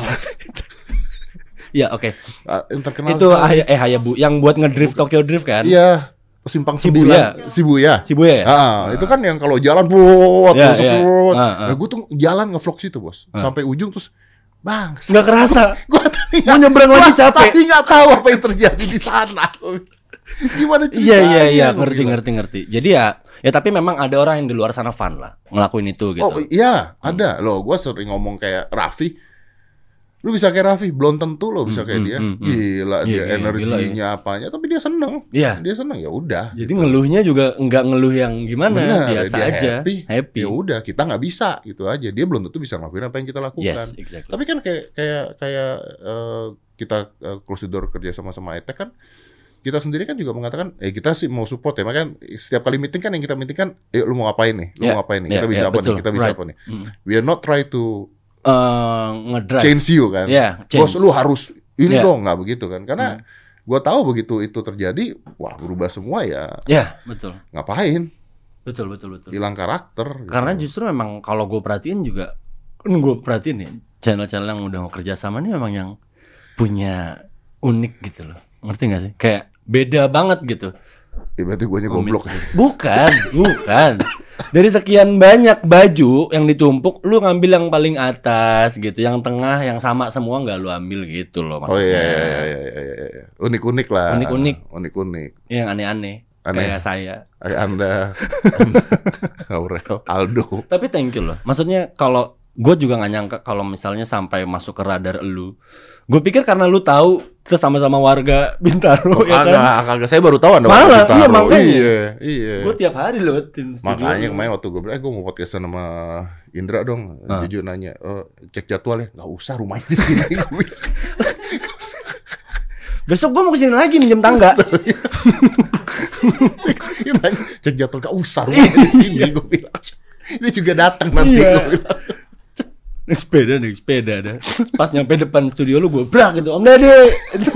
Ya oke. Ah, yang terkenal Itu sekali. Haya- eh Hayabu yang buat ngedrift Tokyo Drift kan? Iya, persimpang Shibuya. sembilan. Shibuya. Shibuya ya? Ah, itu kan yang kalau jalan buat Iya, masuk iya. buat. Ah, ah. Nah, gue tuh jalan ngevlog situ, Bos. Ah. Sampai ujung terus Bang, Nggak kerasa. gua tadi Mau nyebrang lagi capek. Tapi nggak tahu apa yang terjadi di sana. Gimana ceritanya? Iya iya iya, gua ngerti bilang. ngerti ngerti. Jadi ya ya tapi memang ada orang yang di luar sana fun lah ngelakuin itu gitu. Oh iya, ada loh. Gue sering ngomong kayak Raffi. Lu bisa kayak Raffi, belum tentu lo bisa Hmm, kayak hmm, dia. hmm, hmm. Gila Iya, dia iya, energinya apanya, tapi dia seneng. Iya. Dia seneng ya udah. Jadi ngeluhnya juga nggak ngeluh yang gimana, Bener, biasa dia aja. happy. Happy. Ya udah, kita nggak bisa gitu aja. Dia belum tentu bisa ngelakuin apa yang kita lakukan. Yes, exactly. Tapi kan kayak kayak kayak eh, kita uh, close the door kerja sama sama Etek kan, kita sendiri kan juga mengatakan, eh kita sih mau support ya. Makanya setiap kali meeting kan yang kita meeting kan, eh lu mau ngapain nih? Lu Yeah, mau ngapain nih? yeah, Kita bisa yeah, apa betul, nih? Kita bisa right. apa nih? Hmm. We are not try to Eh, ngedrive. change you kan. Yeah, Bos change. lu harus ini Yeah. dong, nggak begitu kan? Karena gua tahu begitu itu terjadi, wah berubah semua ya. Ya, betul. Ngapain? Betul betul betul. Hilang karakter. gitu. Karena justru memang kalau gue perhatiin juga, kan gue perhatiin nih channel-channel yang udah mau kerja sama nih memang yang punya unik gitu loh, ngerti gak sih? Kayak beda banget gitu. Ya, berarti guanya goblok. Bukan, bukan. Dari sekian banyak baju yang ditumpuk, lu ngambil yang paling atas gitu, yang tengah, yang sama semua nggak lu ambil gitu loh Oh maksudnya. iya, iya, iya, iya, iya, iya. Unik-unik lah. Unik-unik. Unik-unik. Yang aneh-aneh, Aneh. kayak saya. Kayak Anda, Aurel, Aldo. Tapi thank you loh. Maksudnya kalau gue juga nggak nyangka kalau misalnya sampai masuk ke radar lu. Gue pikir karena lu tahu terus sama-sama warga Bintaro Oh, ya kan. kagak, kagak. Saya baru tahu Anda Malah, orang Bintaro. iya, makanya. Iya, iya. Gue tiap hari lewatin studio. Makanya lu. kemarin waktu gue bilang, eh gue mau podcastan sama Indra dong. Ah. Jujur nanya, oh, cek jadwal ya. Nggak usah, rumahnya di sini. Gua bilang. Besok gue mau kesini lagi minjem tangga. Dia nanya, cek jadwal nggak usah, rumahnya di sini. Gue bilang. Dia juga datang nanti. Iya. Gue bilang. Naik sepeda, naik sepeda dah. Pas nyampe depan studio lu gue brak gitu. Om Dede.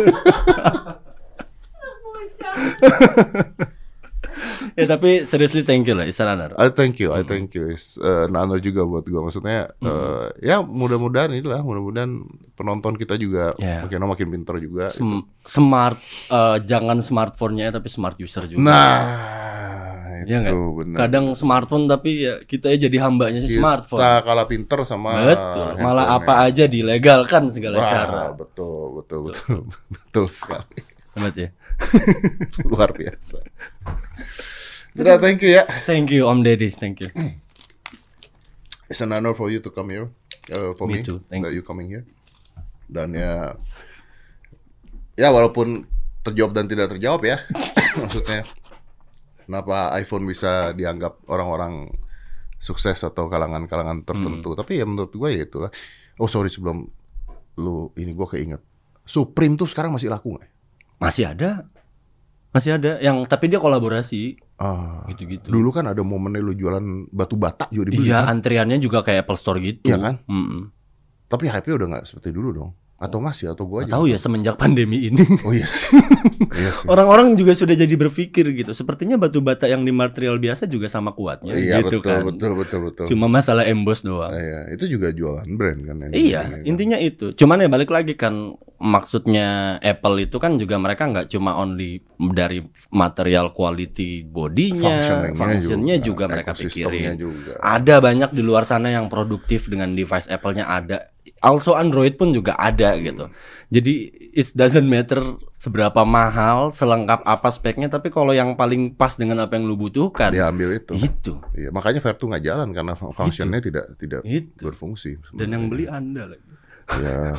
Ya tapi seriously thank you lah, it's an honor. I thank you, I thank you. It's uh, an honor juga buat gue. Maksudnya, uh, ya mudah-mudahan inilah, mudah-mudahan penonton kita juga Yeah. makin makin pintar juga. Sem- smart, eh, jangan smartphone-nya tapi smart user juga. Nah, Iya itu nggak? benar. Kadang smartphone tapi ya kita ya jadi hambanya si smartphone. Kita kalah pinter sama Betul. Malah handphone apa ya. aja dilegalkan segala Wah, cara. betul, betul, betul, betul sekali. Hebat ya. Luar biasa. Udah, thank you ya. Thank you Om Deddy, thank you. It's an honor for you to come here, uh, for me, Me too, thank that you coming here. Dan ya, ya walaupun terjawab dan tidak terjawab ya, maksudnya kenapa iPhone bisa dianggap orang-orang sukses atau kalangan-kalangan tertentu. Hmm. Tapi ya menurut gue ya itulah. Oh sorry, sebelum lu ini gue keinget, Supreme tuh sekarang masih laku nggak? Masih ada, masih ada. Yang tapi dia kolaborasi. Ah, gitu-gitu. Dulu kan ada momennya lu jualan batu bata juga dibeli. Iya, kan? antriannya juga kayak Apple Store gitu. Iya kan? Mm-mm. Tapi hype-nya udah nggak seperti dulu dong. Atau masih, atau gue aja. Tahu ya semenjak pandemi ini. Oh iya sih. Iya sih. Orang-orang juga sudah jadi berpikir gitu. Sepertinya batu bata yang di material biasa juga sama kuatnya. Iya gitu betul, kan. betul betul betul. Cuma masalah emboss doang. Ah, iya, itu juga jualan brand kan. Iya, kan? intinya itu. Cuman ya balik lagi kan, maksudnya Apple itu kan juga mereka nggak cuma only dari material quality bodinya, Functioning-nya functionnya juga, juga, mereka ekosistemnya pikirin. juga. Ada banyak di luar sana yang produktif dengan device Apple-nya ada. Also Android pun juga ada gitu. Jadi it doesn't matter seberapa mahal, selengkap apa speknya, tapi kalau yang paling pas dengan apa yang lu butuhkan, Dia ambil itu. Itu. Iya, makanya Vertu nggak jalan karena functionnya tidak tidak Itu. berfungsi. Dan yang beli Anda lagi. Ya.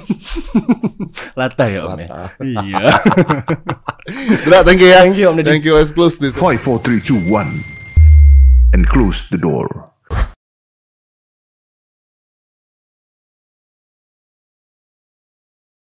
Lata ya Om ya. Lata. Iya. Udah, thank you ya. Thank you, Om Deddy. Thank you. Let's close this. Five, four, three, two, one, and close the door.